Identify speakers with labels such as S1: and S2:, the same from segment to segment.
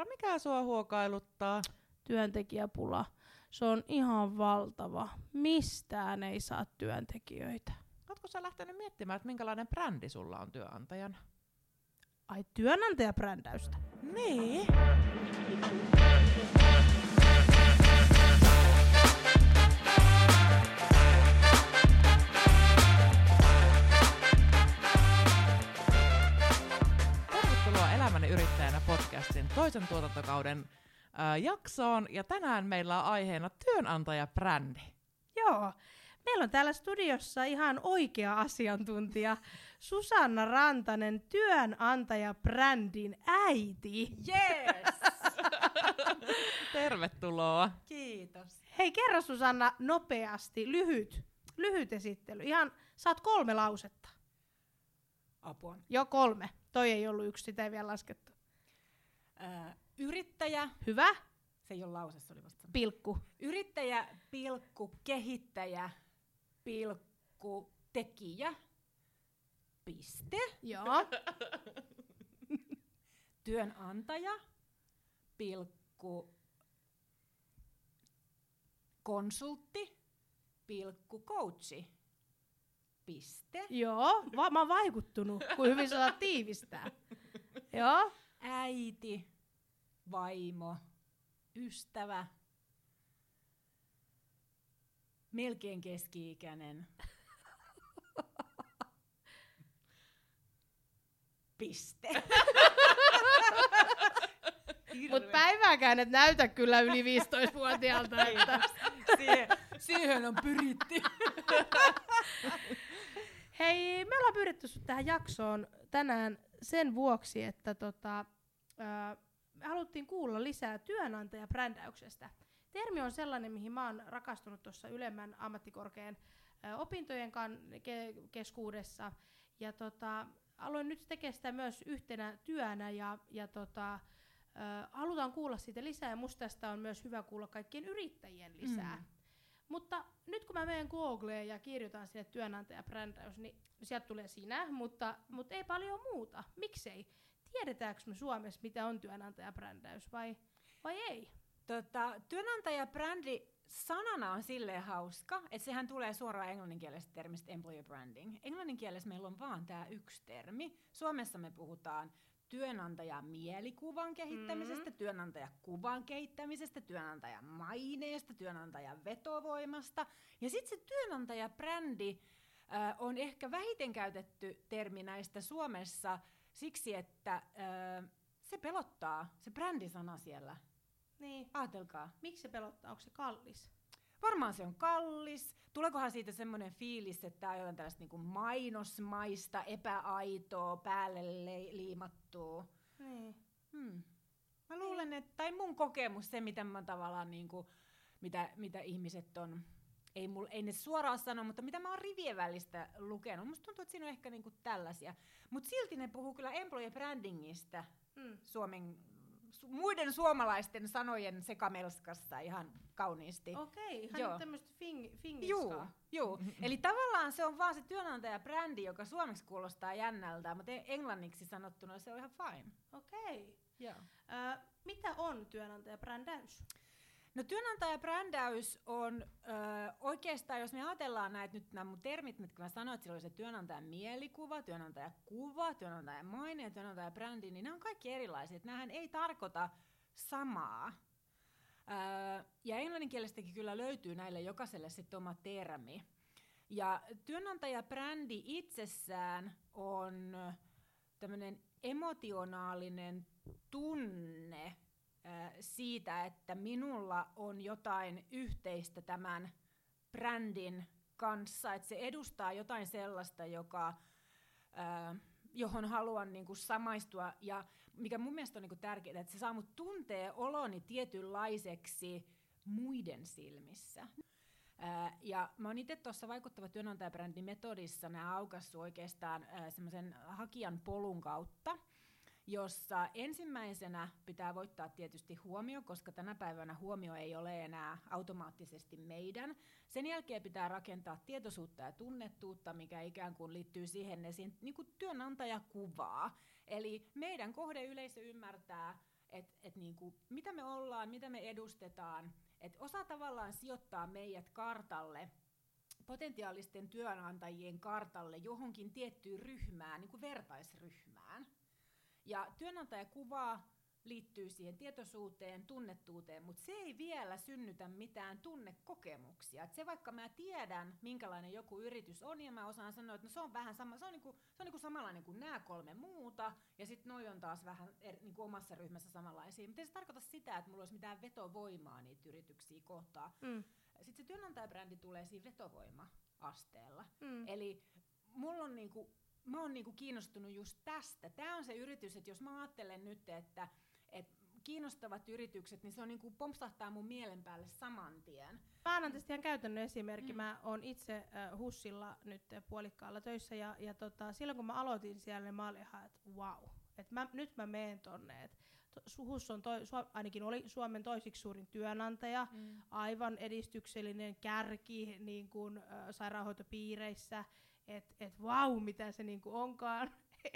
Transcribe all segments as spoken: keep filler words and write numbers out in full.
S1: Saara, mikä sua huokailuttaa?
S2: Työntekijäpula. Se on ihan valtava. Mistään ei saa työntekijöitä.
S1: Ootko sä lähtenyt miettimään, että minkälainen brändi sulla on työnantajana?
S2: Ai, työnantajabrändäystä.
S1: Niin. Tervetuloa Elämäni yrittäjänä podcastin toisen tuotantokauden ää, jaksoon. Ja tänään meillä on aiheena työnantajabrändi.
S2: Joo. Meillä on täällä studiossa ihan oikea asiantuntija, Susanna Rantanen, työnantajabrändin äiti.
S3: Yes!
S1: Tervetuloa.
S3: Kiitos.
S2: Hei, kerro Susanna nopeasti, lyhyt, lyhyt esittely. Ihan, saat kolme lausetta.
S3: Apua.
S2: Jo kolme. Toi ei ollut yksi, sitä ei vielä laskettu.
S3: Äh, yrittäjä,
S2: Hyvä.
S3: se ei ole lause, se oli vasta.
S2: Pilkku.
S3: Yrittäjä, pilkku, kehittäjä, pilkku, tekijä, piste.
S2: Joo.
S3: Työnantaja, pilkku, konsultti, pilkku, coachi, piste.
S2: Joo. Va- mä oon vaikuttunut, kuin hyvin sä saat tiivistää. Joo.
S3: Äiti, vaimo, ystävä, melkein keski-ikäinen. Piste.
S2: Mut päivääkään et näytä kyllä yli viisitoistavuotiaalta. Että.
S3: siihen, siihen on pyritty.
S2: Hei, me ollaan pyydetty sut tähän jaksoon tänään sen vuoksi, että tota, ää, me haluttiin kuulla lisää työnantajabrändäyksestä. Termi on sellainen, mihin mä oon rakastunut tuossa ylemmän ammattikorkean ää, opintojen kan- ke- keskuudessa. Ja tota, aloin nyt tekemään sitä myös yhtenä työnä ja, ja tota, ää, halutaan kuulla siitä lisää. Ja musta tästä on myös hyvä kuulla kaikkien yrittäjien lisää. Mm. Mutta nyt kun mä menen Googleen ja kirjoitan sinne työnantajabrändäys, niin sieltä tulee sinä, mutta, mutta ei paljon muuta. Miksei? Tiedetäänkö me Suomessa, mitä on työnantajabrändäys vai, vai ei?
S3: Tota, työnantajabrändi sanana on silleen hauska, että sehän tulee suoraan englanninkielisestä termistä employer branding. Englanninkielessä meillä on vaan tämä yksi termi. Suomessa me puhutaan työnantajan mielikuvan kehittämisestä, mm. työnantajakuvan kehittämisestä, työnantajan maineesta, työnantajan vetovoimasta. Ja sitten se työnantajabrändi äh, on ehkä vähiten käytetty termi näistä Suomessa siksi, että äh, se pelottaa, se brändisana siellä.
S2: Niin.
S3: Aatelkaa.
S2: Miksi se pelottaa? Onko se kallis?
S3: Varmaan se on kallis. Tuleekohan siitä semmoinen fiilis, että tämä on jotain tällaista niinku mainosmaista, epäaitoa, päälle le- liimattua.
S2: Niin.
S3: Hmm. Mä luulen, että, tai mun kokemus, se mitä mä tavallaan, niinku, mitä, mitä ihmiset on, ei, mul, ei ne suoraan sano, mutta mitä mä oon rivien välistä lukenut. Musta tuntuu, että siinä on ehkä niinku tällaisia. Mutta silti ne puhuu kyllä employer brandingista
S2: Mm.
S3: Suomen, su, muiden suomalaisten sanojen sekamelskassa ihan kauniisti.
S2: Okei, ihan
S3: Joo.
S2: tämmöistä fing-
S3: Juu,
S2: fingiskaa.
S3: juu. Eli tavallaan se on vaan se työnantajabrändi, joka suomeksi kuulostaa jännältä, mutta englanniksi sanottuna se on ihan fine.
S2: Okei.
S3: Joo.
S2: Ö, mitä on työnantajabrändäys?
S3: No työnantajabrändäys on ö, oikeastaan, jos me ajatellaan näitä nyt nämä mun termit, mitkä mä sanoin, että sillä oli se työnantajan mielikuva, työnantajakuva, työnantajan maine ja työnantajabrändi, niin nämä on kaikki erilaisia. Nämähän ei tarkoita samaa. Öö, ja englanninkielestäkin kyllä löytyy näille jokaiselle sitten oma termi. Ja työnantajabrändi itsessään on tämmöinen emotionaalinen tunne öö, siitä, että minulla on jotain yhteistä tämän brändin kanssa, että se edustaa jotain sellaista, joka, öö, johon haluan niinku samaistua ja mikä mun mielestä on niinku tärkeää, että se saa mut tuntee oloni tietynlaiseksi muiden silmissä. Ää, ja mä oon itse tuossa vaikuttava työnantajabrändin metodissa nää aukaissut oikeastaan semmoisen hakijan polun kautta, jossa ensimmäisenä pitää voittaa tietysti huomio, koska tänä päivänä huomio ei ole enää automaattisesti meidän. Sen jälkeen pitää rakentaa tietoisuutta ja tunnettuutta, mikä ikään kuin liittyy siihen esiin niin kuin työnantajakuvaa. Eli meidän kohdeyleisö ymmärtää, et, et niinku, mitä me ollaan, mitä me edustetaan. Et osa tavallaan sijoittaa meidät kartalle, potentiaalisten työnantajien kartalle johonkin tiettyyn ryhmään, niin kuin vertaisryhmään. Ja työnantajakuva liittyy siihen tietoisuuteen, tunnettuuteen, mutta se ei vielä synnytä mitään tunnekokemuksia. Et se vaikka mä tiedän, minkälainen joku yritys on, ja mä osaan sanoa, että no se on vähän sama, se on niinku, se on niinku samanlainen kuin nämä kolme muuta, ja sitten noi on taas vähän er, niinku omassa ryhmässä samanlaisia. Mutta ei se tarkoita sitä, että mulla olisi mitään vetovoimaa niitä yrityksiä kohtaan. Mm. Sitten se työnantajabrändi tulee siinä vetovoima-asteella. Mm. Eli mulla on niinku, mä oon niinku kiinnostunut just tästä. Tää on se yritys, että jos mä ajattelen nyt, että et kiinnostavat yritykset, niin se on niinku pompsahtaa mun mielen päälle saman tien.
S2: Mä annan tästä ihan käytännön esimerkki. Mm. Mä oon itse äh, HUSilla nyt puolikkaalla töissä ja, ja tota, silloin kun mä aloitin siellä, niin mä olin ihan, että wow. Et mä, nyt mä meen tonne. Et HUS on toi, su, ainakin oli Suomen toisiksi suurin työnantaja, mm. aivan edistyksellinen kärki niin kun, äh, sairaanhoitopiireissä. Että et vau, wow, mitä se niinku onkaan.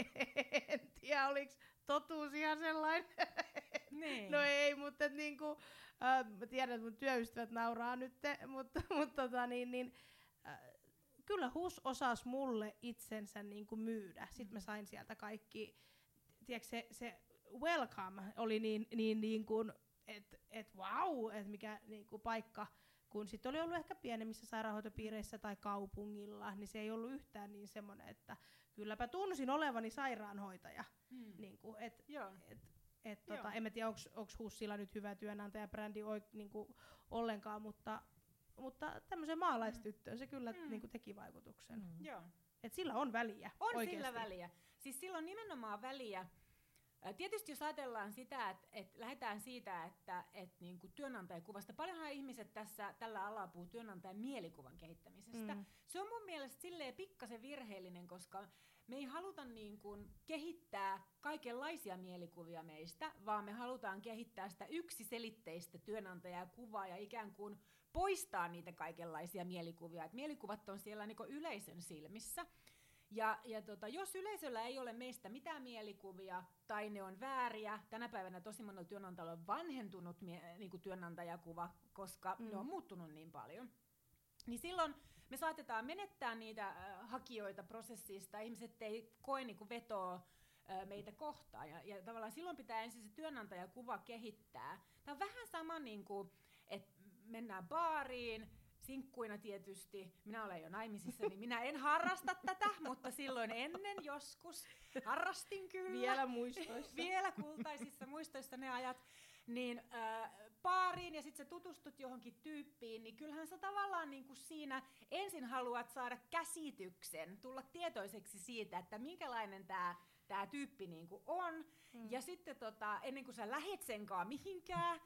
S2: En tiedä, oliko totuus ihan sellainen.
S3: Niin.
S2: No ei, mutta et niinku, äh, mä tiedän, että mun työystävät nauraa nyt, mutta, mutta tota, niin, niin, äh, kyllä HUS osasi mulle itsensä niinku myydä. Sitten mä sain sieltä kaikki, tiedätkö, se, se welcome oli niin, niin, niin kuin, että et wow, että mikä niinku paikka. Kun sitten oli ollut ehkä pienemmissä sairaanhoitopiireissä tai kaupungilla, niin se ei ollut yhtään niin semmoinen, että kylläpä tunsin olevani sairaanhoitaja. Hmm. Niin kuin, et, et, et, tota, en mä tiedä, onko HUSilla nyt hyvä työnantajabrändi niin kuin ollenkaan, mutta, mutta tämmöiseen maalaistyttöön se kyllä hmm. niin kuin teki vaikutuksen.
S3: Hmm. Joo.
S2: Et sillä on väliä.
S3: On
S2: oikeasti.
S3: Sillä väliä. Siis sillä on nimenomaan väliä. Tietysti jos ajatellaan sitä, että et lähdetään siitä, että et niinku työnantajakuvasta, paljonhan ihmiset tässä, tällä alalla puhuu työnantajan mielikuvan kehittämisestä. Mm. Se on mun mielestä silleen pikkasen virheellinen, koska me ei haluta niinku kehittää kaikenlaisia mielikuvia meistä, vaan me halutaan kehittää sitä yksiselitteistä työnantajakuvaa ja ikään kuin poistaa niitä kaikenlaisia mielikuvia. Et mielikuvat on siellä niinku yleisön silmissä. Ja, ja tota, jos yleisöllä ei ole meistä mitään mielikuvia tai ne on vääriä, tänä päivänä tosi monella työnantajalla on vanhentunut mie- niinku työnantajakuva, koska mm. ne on muuttunut niin paljon, niin silloin me saatetaan menettää niitä äh, hakijoita prosessista, ihmiset ei koe niinku vetoa äh, meitä kohtaan, ja, ja tavallaan silloin pitää ensin se työnantajakuva kehittää. Tämä on vähän sama, niinku, että mennään baariin, sinkkuina tietysti, minä olen jo naimisissa, niin minä en harrasta tätä, mutta silloin ennen joskus harrastin kyllä.
S2: Vielä muistoissa.
S3: Vielä kultaisissa muistoissa ne ajat. Niin äh, baariin ja sitten sä tutustut johonkin tyyppiin, niin kyllähän sä tavallaan niinku siinä ensin haluat saada käsityksen, tulla tietoiseksi siitä, että minkälainen tää, tää tyyppi niinku on. Hmm. Ja sitten tota, ennen kuin sä lähet senkaan mihinkään,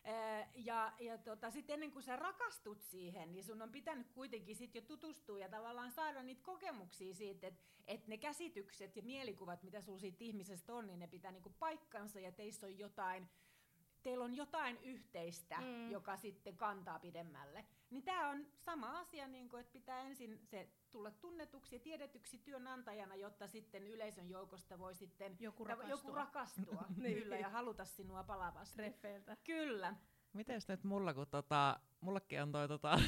S3: ja, ja tota, sitten ennen kuin sä rakastut siihen, niin sun on pitänyt kuitenkin sit jo tutustua ja tavallaan saada niitä kokemuksia siitä, että et ne käsitykset ja mielikuvat, mitä sulla siitä ihmisestä on, niin ne pitää niinku paikkansa ja teissä on jotain, teillä on jotain yhteistä, mm. joka sitten kantaa pidemmälle. Niin tää on sama asia, niin kun, että pitää ensin se tulla tunnetuksi ja tiedetyksi työnantajana, jotta sitten yleisön joukosta voi sitten
S2: joku rakastua,
S3: joku rakastua kyllä, ja haluta sinua palavasti.
S2: Treffeiltä.
S3: Kyllä.
S1: Mites nyt mulla, kun tota, mullekin on toi tota,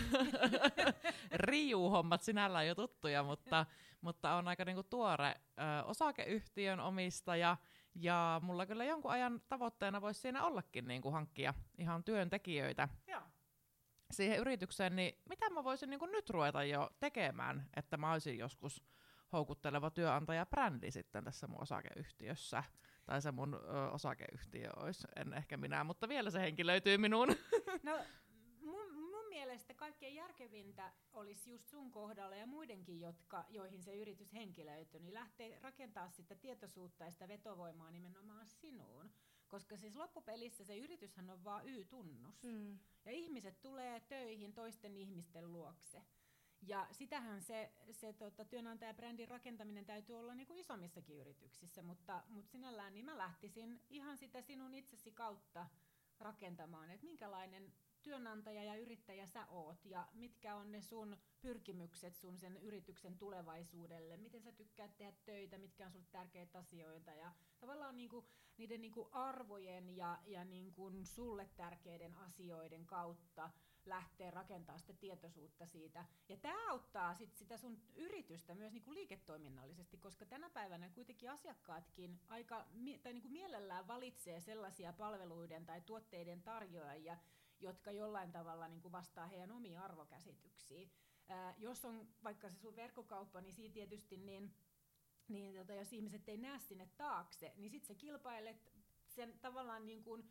S1: riiu-hommat sinällään jo tuttuja, mutta, mutta on aika niinku tuore ö, osakeyhtiön omistaja, ja mulla kyllä jonkun ajan tavoitteena voisi siinä ollakin niinku hankkia ihan työntekijöitä.
S3: Joo.
S1: Siihen yritykseen, niin mitä mä voisin niin kuin nyt ruveta jo tekemään, että mä olisin joskus houkutteleva työnantajabrändi sitten tässä mun osakeyhtiössä. Tai se mun ö, osakeyhtiö olisi, en ehkä minä, mutta vielä se henki löytyy minuun.
S3: No mun, mun mielestä kaikkein järkevintä olisi just sun kohdalla ja muidenkin, jotka, joihin se yritys henkilöityy, niin lähtee rakentaa sitä tietoisuutta ja sitä vetovoimaa nimenomaan sinuun. Koska siis loppupelissä se yrityshän on vaan Y-tunnus. Mm. Ja ihmiset tulee töihin toisten ihmisten luokse. Ja sitähän se, se tota, työnantajabrändin rakentaminen täytyy olla niinku isommissakin yrityksissä. Mutta, mutta sinällään niin mä lähtisin ihan sitä sinun itsesi kautta rakentamaan, että minkälainen työnantaja ja yrittäjä sä oot ja mitkä on ne sun pyrkimykset sun sen yrityksen tulevaisuudelle, miten sä tykkäät tehdä töitä, mitkä on sulle tärkeitä asioita ja tavallaan niinku, niiden niinku arvojen ja, ja niinku sulle tärkeiden asioiden kautta lähtee rakentamaan sitä tietoisuutta siitä. Ja tämä auttaa sit sitä sun yritystä myös niinku liiketoiminnallisesti, koska tänä päivänä kuitenkin asiakkaatkin aika tai niinku mielellään valitsee sellaisia palveluiden tai tuotteiden tarjoajia, jotka jollain tavalla niinku vastaa heidän omiin arvokäsityksiin. Ää, jos on vaikka se sun verkkokauppa, niin siinä tietysti niin, niin tota, jos ihmiset ei näe sinne taakse, niin sit sä kilpailet sen tavallaan niin kuin,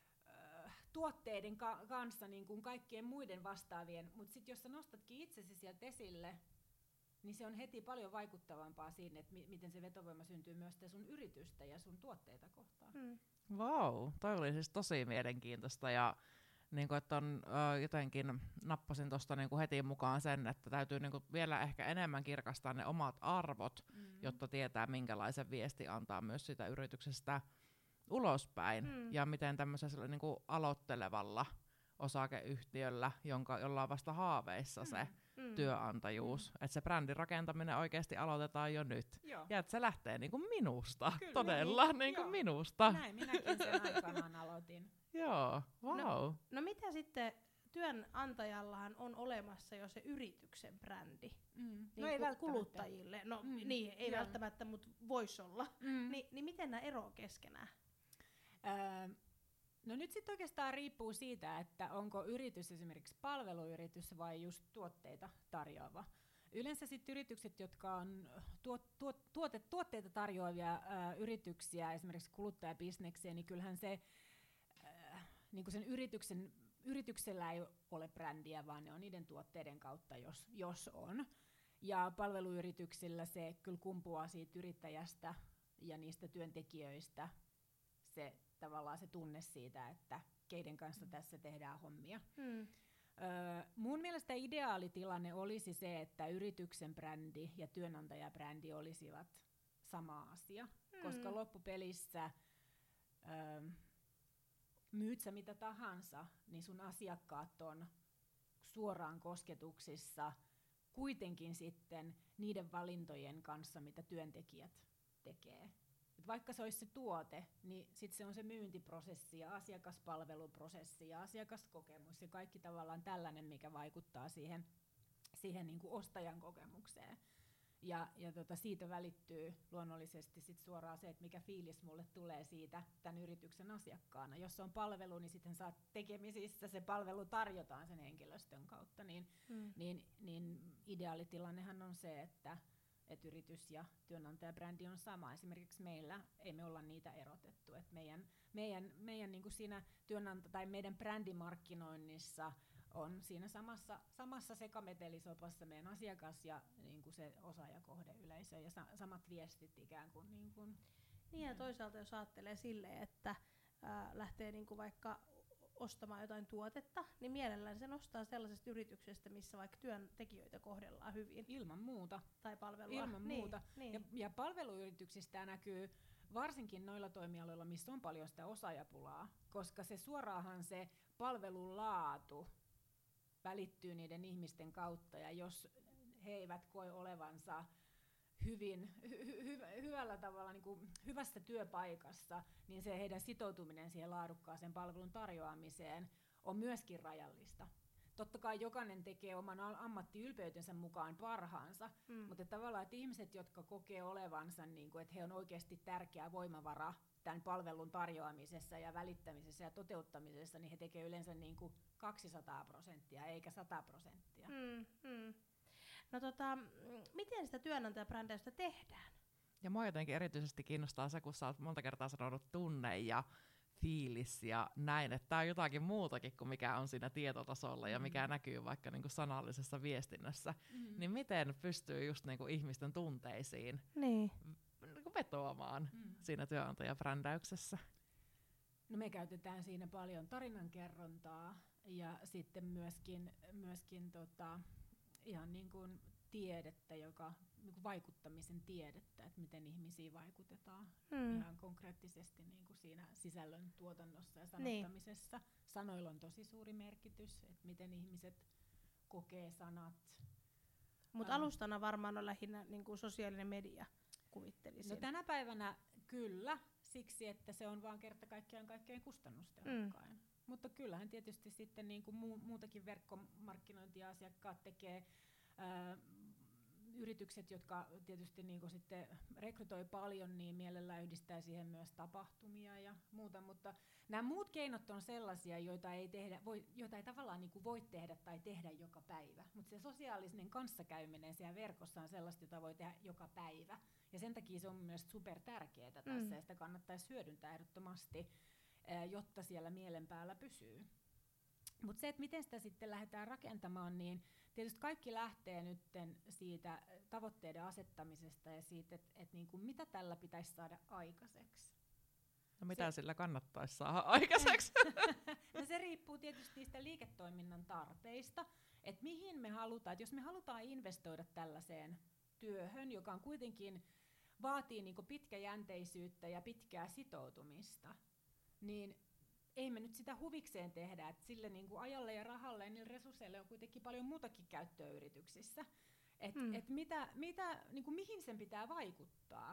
S3: tuotteiden ka- kanssa niin kuin kaikkien muiden vastaavien, mutta sitten jos sä nostatkin itsesi sieltä esille, niin se on heti paljon vaikuttavampaa siinä, että mi- miten se vetovoima syntyy myös sun yritystä ja sun tuotteita kohtaan.
S2: Mm.
S1: Wow, toi oli siis tosi mielenkiintoista ja niinku, että on, ö, jotenkin nappasin tuosta niinku heti mukaan sen, että täytyy niinku vielä ehkä enemmän kirkastaa ne omat arvot,
S3: Mm.
S1: jotta tietää minkälaisen viesti antaa myös sitä yrityksestä ulospäin
S2: Mm.
S1: ja miten tämmöisellä niinku aloittelevalla osakeyhtiöllä, jonka, jolla on vasta haaveissa se
S2: Mm.
S1: työnantajuus, että se brändin rakentaminen oikeasti aloitetaan jo nyt.
S3: Joo.
S1: Ja että se lähtee niinku minusta,
S3: Kyllä,
S1: todella
S3: niin,
S1: niinku
S3: joo.
S1: minusta.
S3: Näin minäkin sen aikanaan aloitin.
S1: Joo, wow.
S2: No mitä sitten työnantajallahan on olemassa jo se yrityksen brändi
S3: Mm.
S2: niin
S3: No ei
S2: ku-
S3: välttämättä.
S2: kuluttajille? No
S3: Mm.
S2: niin, ei
S3: Joo.
S2: välttämättä, mutta voisi olla.
S3: Mm.
S2: Ni, niin miten nämä eroavat keskenään?
S3: Öö, no nyt sitten oikeastaan riippuu siitä, että onko yritys esimerkiksi palveluyritys vai just tuotteita tarjoava. Yleensä sitten yritykset, jotka on tuot, tuot, tuote, tuotteita tarjoavia ää, yrityksiä, esimerkiksi kuluttajabisneksiä, niin kyllähän se ää, niinku sen yrityksen, yrityksellä ei ole brändiä, vaan ne on niiden tuotteiden kautta, jos, jos on. Ja palveluyrityksillä se kyllä kumpuaa siitä yrittäjästä ja niistä työntekijöistä, se tavallaan se tunne siitä, että keiden kanssa tässä tehdään hommia.
S2: Mm.
S3: Öö, mun mielestä ideaalitilanne olisi se, että yrityksen brändi ja työnantajabrändi olisivat sama asia,
S2: Mm.
S3: koska loppupelissä öö, myyt sä mitä tahansa, niin sun asiakkaat on suoraan kosketuksissa kuitenkin sitten niiden valintojen kanssa, mitä työntekijät tekee. Et vaikka se olisi se tuote, niin sitten se on se myyntiprosessi ja asiakaspalveluprosessi ja asiakaskokemus ja kaikki tavallaan tällainen, mikä vaikuttaa siihen, siihen niin kuin ostajan kokemukseen. Ja, ja tota, siitä välittyy luonnollisesti sit suoraan se, että mikä fiilis mulle tulee siitä tämän yrityksen asiakkaana. Jos se on palvelu, niin sitten saat tekemisissä, se palvelu tarjotaan sen henkilöstön kautta, niin,
S2: Mm.
S3: niin, niin ideaalitilannehan on se, että et yritys ja työnantajabrändi on sama. Esimerkiksi meillä ei me olla niitä erotettu. Et meidän meidän, meidän niin kuin siinä työnanta- tai meidän brändimarkkinoinnissa on siinä samassa, samassa sekametelisopassa meidän asiakas ja niin kuin se osaajakohdeyleisö ja sa- samat viestit ikään kuin. Niin, kuin.
S2: Niin ja toisaalta jos ajattelee silleen, että ää, lähtee niinku vaikka ostamaan jotain tuotetta, niin mielellään sen ostaa sellaisesta yrityksestä, missä vaikka työntekijöitä kohdellaan hyvin.
S3: Ilman muuta.
S2: Tai palvelua.
S3: Ilman
S2: niin,
S3: muuta.
S2: Niin.
S3: Ja, ja palveluyrityksistä näkyy varsinkin noilla toimialoilla, missä on paljon sitä osaajapulaa, koska se suoraanhan se palvelun laatu välittyy niiden ihmisten kautta, ja jos he eivät koe olevansa hyvin, hy, hy, hyvällä tavalla niin kuin hyvässä työpaikassa, niin se heidän sitoutuminen siihen laadukkaaseen palvelun tarjoamiseen on myöskin rajallista. Totta kai jokainen tekee oman ammattiylpeytensä mukaan parhaansa,
S2: Mm.
S3: mutta tavallaan, että ihmiset, jotka kokee olevansa, niin kuin, että he on oikeasti tärkeä voimavara tämän palvelun tarjoamisessa ja välittämisessä ja toteuttamisessa, niin he tekee yleensä niin kuin kaksisataa prosenttia eikä sata prosenttia.
S2: Mm, mm. No tota, mm, miten sitä työnantajabrändäystä tehdään?
S1: Ja mua jotenkin erityisesti kiinnostaa se, kun sä oot monta kertaa sanonut tunne ja fiilis ja näin, että tää on jotakin muutakin kuin mikä on siinä tietotasolla ja mikä
S3: Mm.
S1: näkyy vaikka niinku sanallisessa viestinnässä.
S3: Mm.
S1: Niin miten pystyy just niinku ihmisten tunteisiin
S2: Niin.
S1: niinku vetoamaan
S3: Mm.
S1: siinä työnantajabrändäyksessä?
S3: No me käytetään siinä paljon tarinankerrontaa ja sitten myöskin, myöskin tota, ihan niin kuin tiedettä, joka niinku vaikuttamisen tiedettä, että miten ihmisiin vaikutetaan
S2: Mm.
S3: ihan konkreettisesti niinku siinä sisällön tuotannossa ja sanottamisessa. Niin. Sanoilla on tosi suuri merkitys, että miten ihmiset kokee sanat.
S2: Mutta
S3: Ähm.
S2: alustana varmaan on lähinnä niinku sosiaalinen media, kuvittelisin.
S3: No tänä päivänä kyllä, siksi että se on vaan kerta kaikkiaan kaikkein kustannustehokkain. Mm. Mutta kyllähän tietysti sitten niin kuin muu, muutakin verkkomarkkinointia asiakkaat tekee. Ää, yritykset, jotka tietysti niin kuin sitten rekrytoi paljon, niin mielellään yhdistää siihen myös tapahtumia ja muuta, mutta nämä muut keinot on sellaisia, joita ei, tehdä, voi, joita ei tavallaan niin kuin voi tehdä tai tehdä joka päivä, mutta se sosiaalinen kanssakäyminen siellä verkossa on sellaista, jota voi tehdä joka päivä, ja sen takia se on mielestäni super tärkeää tässä, mm. ja sitä kannattaisi hyödyntää ehdottomasti, jotta siellä mielen päällä pysyy. Mutta se, että miten sitä sitten lähdetään rakentamaan, niin tietysti kaikki lähtee nyt siitä tavoitteiden asettamisesta ja siitä, että et niinku, mitä tällä pitäisi saada aikaiseksi.
S1: No mitä
S3: se,
S1: sillä kannattaisi saada aikaiseksi?
S3: No se riippuu tietysti niistä liiketoiminnan tarpeista, että mihin me halutaan. Et jos me halutaan investoida tällaiseen työhön, joka on kuitenkin vaatii niinku pitkäjänteisyyttä ja pitkää sitoutumista, niin ei me nyt sitä huvikseen tehdä, että sille niinku ajalle ja rahalle ja niille resursseille on kuitenkin paljon muutakin käyttöä yrityksissä. Et, mm. et mitä, mitä, niinku mihin sen pitää vaikuttaa.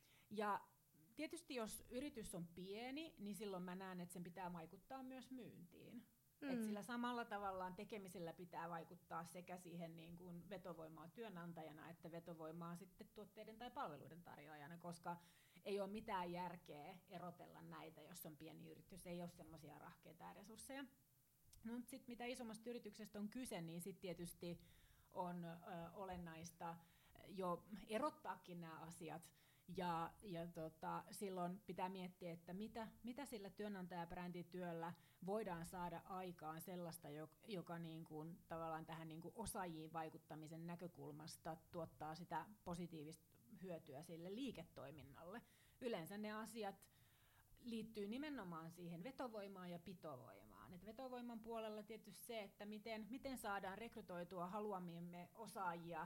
S3: Ja tietysti jos yritys on pieni, niin silloin mä näen, että sen pitää vaikuttaa myös myyntiin. Mm. Et sillä samalla tavallaan tekemisellä pitää vaikuttaa sekä siihen niin kuin vetovoimaan työnantajana, että vetovoimaan sitten tuotteiden tai palveluiden tarjoajana, koska ei ole mitään järkeä erotella näitä, jos on pieni yritys, ei ole semmoisia rahkeita ja resursseja. No, mutta sitten mitä isommasta yrityksestä on kyse, niin sitten tietysti on ö, olennaista jo erottaakin nämä asiat. Ja, ja tota, silloin pitää miettiä, että mitä, mitä sillä työnantajabrändityöllä voidaan saada aikaan sellaista, joka, joka niin kuin, tavallaan tähän niin kuin osaajiin vaikuttamisen näkökulmasta tuottaa sitä positiivista hyötyä sille liiketoiminnalle. Yleensä ne asiat liittyy nimenomaan siihen vetovoimaan ja pitovoimaan. Et vetovoiman puolella tietysti se, että miten, miten saadaan rekrytoitua haluamimme osaajia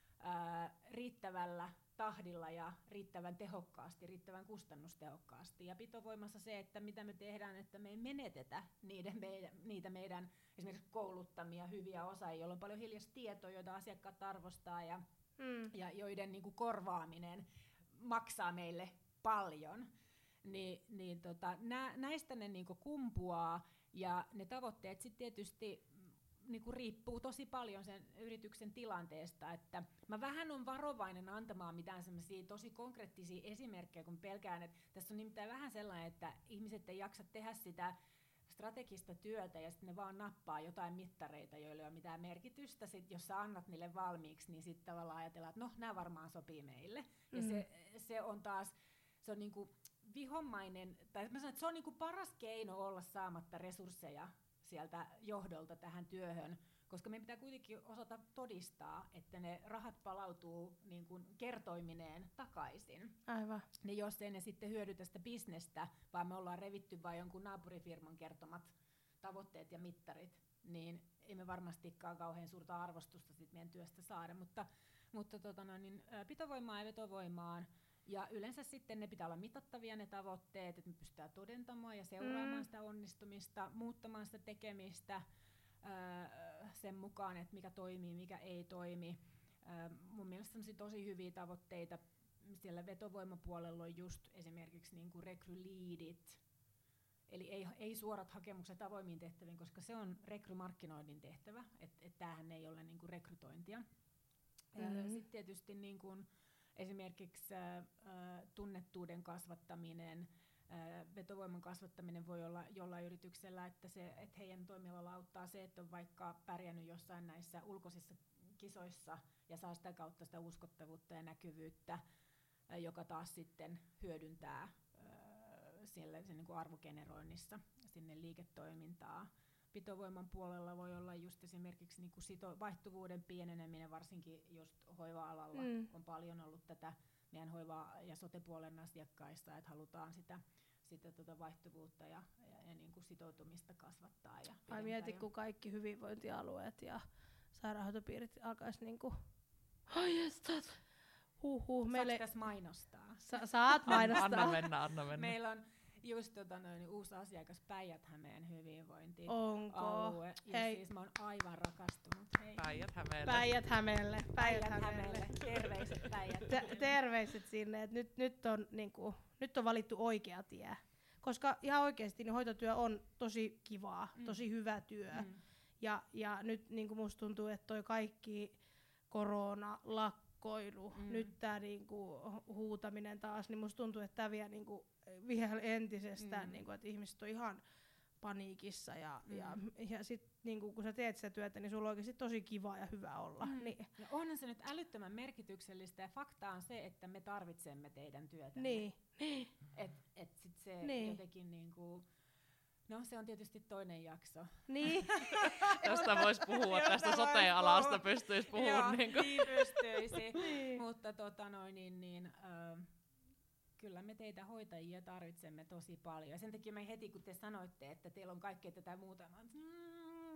S3: ää, riittävällä tahdilla ja riittävän tehokkaasti, riittävän kustannustehokkaasti. Ja pitovoimassa se, että mitä me tehdään, että me ei menetetä niiden meidän, niitä meidän esimerkiksi kouluttamia hyviä osaajia, joilla on paljon hiljaista tietoa, joita asiakkaat arvostaa ja, mm. ja joiden niin kuin korvaaminen maksaa meille paljon. Ni, niin tota, nä, näistä ne niin kuin kumpuaa ja ne tavoitteet sitten tietysti niinku riippuu tosi paljon sen yrityksen tilanteesta, että mä vähän on varovainen antamaan mitään semmoisia tosi konkreettisia esimerkkejä, kun pelkään, että tässä on nimittäin vähän sellainen, että ihmiset ei jaksa tehdä sitä strategista työtä ja sitten ne vaan nappaa jotain mittareita, joille ei ole mitään merkitystä. Sit, jos sä annat niille valmiiksi, niin sitten tavallaan ajatellaan, että no, nämä varmaan sopii meille. Mm. Ja se, se on taas, se on niinku vihommainen, tai mä sanon, että se on niinku paras keino olla saamatta resursseja sieltä johdolta tähän työhön, koska meidän pitää kuitenkin osata todistaa, että ne rahat palautuu niin kuin kertoimineen takaisin.
S2: Aivan.
S3: Niin jos ei ne sitten hyödytä sitä bisnestä, vaan me ollaan revitty vain jonkun naapurifirman kertomat tavoitteet ja mittarit, niin ei me varmastikaan kauhean suurta arvostusta sit meidän työstä saada, mutta, mutta tota no, niin, pitovoimaan ja vetovoimaan. Ja yleensä sitten ne pitää olla mitattavia ne tavoitteet, että me pystytään todentamaan ja seuraamaan mm. sitä onnistumista, muuttamaan sitä tekemistä ää, sen mukaan, että mikä toimii, mikä ei toimi. Ää, mun mielestä on tosi hyviä tavoitteita siellä vetovoimapuolella on just esimerkiksi niin kuin rekryliidit, eli ei, ei suorat hakemukset avoimiin tehtäviin, koska se on rekrymarkkinoinnin tehtävä, että et tämähän ei ole niin kuin rekrytointia. Mm-hmm. Sitten tietysti niin kuin esimerkiksi äh, tunnettuuden kasvattaminen, äh, vetovoiman kasvattaminen voi olla jollain yrityksellä, että, se, että heidän toimialalla auttaa se, että on vaikka pärjännyt jossain näissä ulkoisissa kisoissa ja saa sitä kautta sitä uskottavuutta ja näkyvyyttä, äh, joka taas sitten hyödyntää äh, siellä sen niin kuin arvogeneroinnissa sinne liiketoimintaa. Pitovoiman puolella voi olla just esimerkiksi niinku sito- vaihtuvuuden pieneneminen, varsinkin just hoiva-alalla mm. on paljon ollut tätä meidän hoiva- ja sote-puolen asiakkaista, että halutaan sitä, sitä tota vaihtuvuutta ja, ja, ja niinku sitoutumista kasvattaa. Ja
S2: Ai mieti, kun kaikki hyvinvointialueet ja sairaanhoitopiirit alkaisi niinku, ai jestas, Huhhuh, meille...
S3: Saanko tässä mainostaa?
S2: Sa- saat mainostaa.
S1: Anna mennä, anna mennä.
S3: Meillä on just tota, noin, uusi asiakas Päijät-Hämeen hyvinvointi.
S2: Onko?
S3: Alue. Ja
S2: Hei.
S3: siis mä oon aivan rakastunut. Hei.
S1: Päijät-Hämeelle.
S2: Päijät-Hämeelle.
S3: Päijät-Hämeelle. Terveiset Päijät.
S2: T- terveiset sinne, että nyt, nyt, on, niinku, nyt on valittu oikea tie. Koska ihan oikeasti niin hoitotyö on tosi kivaa, mm. tosi hyvä työ.
S3: Mm.
S2: Ja, ja nyt niinku musta tuntuu, että toi kaikki korona, lakkoilu, mm. nyt tää niinku huutaminen taas, niin musta tuntuu, että tää vie niinku vielä entisestään, mm. niinku, että ihmiset on ihan paniikissa. Ja, mm. ja, ja sit niinku, kun sä teet sitä työtä, niin sulla on oikeasti tosi kiva ja hyvä olla.
S3: Mm.
S2: Niin.
S3: Ja onhan se nyt älyttömän merkityksellistä ja fakta on se, että me tarvitsemme teidän työtä.
S2: Niin.
S3: Et, et sit se
S2: Niin.
S3: jotenkin niinku, no se on tietysti toinen jakso.
S2: Niin.
S1: Tästä voisi puhua,
S3: Josta
S1: tästä
S3: vois
S1: sote-alasta
S3: puhua.
S1: pystyisi puhua.
S3: Joo,
S1: Niin kuin.
S3: niin pystyisi.
S2: Niin.
S3: Mutta tota noin, niin, niin, äh, kyllä me teitä hoitajia tarvitsemme tosi paljon. Ja sen takia me heti, kun te sanoitte, että teillä on kaikkea tätä muuta, mä oon, mm,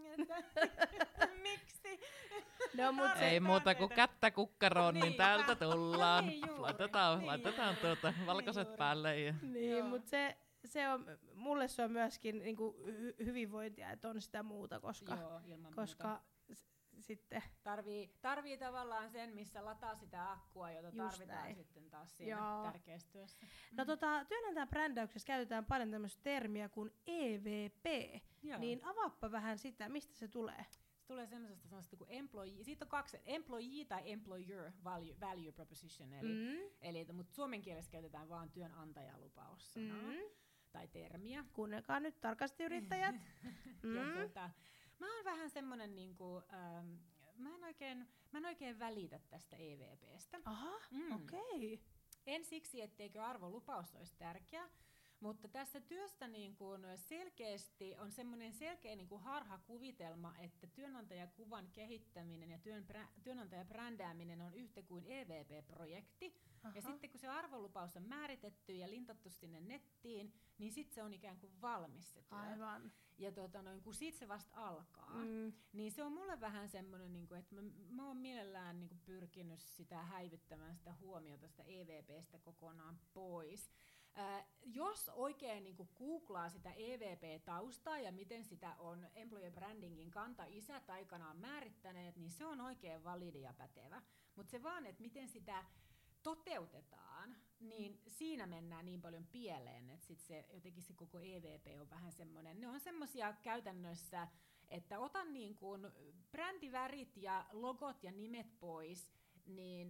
S3: että, miksi?
S2: No, mut se,
S1: Ei muuta kuin kättä kukkaroon, niin,
S3: Niin,
S1: täältä
S3: no
S1: tullaan.
S3: niin juuri,
S1: laitetaan
S3: niin
S1: laitetaan
S3: juuri,
S1: tuota
S3: niin
S1: valkoiset
S3: juuri.
S1: päälle. Ja.
S2: niin,
S3: Joo.
S2: mut se, se on, mulle se on myöskin niinku hy- hyvinvointia, että on sitä muuta, koska,
S3: Joo, ilman
S2: koska
S3: muuta.
S2: s- sitten,
S3: Tarvii, tarvii tavallaan sen, missä lataa sitä akkua, jota
S2: Just
S3: tarvitaan
S2: näin.
S3: sitten taas siinä
S2: Joo.
S3: tärkeässä työssä.
S2: no tota, työnantajan brändäyksessä käytetään paljon tämmöistä termiä kuin E V P,
S3: Joo.
S2: niin avaappa vähän sitä, mistä se tulee.
S3: Se tulee semmoisesta sanasta kuin employee, siitä on kaksi, employee tai employer value, value proposition, eli,
S2: Mm.
S3: eli mutta suomen kielessä käytetään vaan työnantajalupaus sanaa
S2: Mm.
S3: tai termiä.
S2: Kuunnelkaa nyt tarkasti yrittäjät.
S3: Mm. Ja
S2: Mm.
S3: tota, mä oon vähän semmonen niinku, ähm, mä en oikein, mä en oikein välitä tästä E V P:stä.
S2: Aha,
S3: Mm.
S2: okei. Okay.
S3: En siksi, etteikö arvolupaus olisi tärkeä, mutta tässä työstä niin kuin selkeästi on semmoinen selkeä niin kuin harhakuvitelma, että työnantajakuvan kehittäminen ja työn, työnantajabrändääminen on yhtä kuin E V P-projekti.
S2: Aha.
S3: Ja sitten kun se arvolupaus on määritetty ja lintattu sinne nettiin, niin sitten se on ikään kuin valmis se työ.
S2: Aivan.
S3: Ja tota, noin, kun siitä se vasta alkaa,
S2: Mm.
S3: niin se on mulle vähän semmoinen, niin että mä, mä oon mielellään niin kuin pyrkinyt sitä häivyttämään sitä huomiota sitä E V P:stä kokonaan pois. Äh, jos oikein niin kuin googlaa sitä E V P-taustaa ja miten sitä on employer brandingin kanta-isät aikanaan määrittäneet, niin se on oikein validi ja pätevä. Mutta se vaan, että miten sitä toteutetaan, niin siinä mennään niin paljon pieleen, että sit se, jotenkin se koko E V P on vähän semmoinen, ne on semmoisia käytännössä, että otan niin kuin brändivärit ja logot ja nimet pois, niin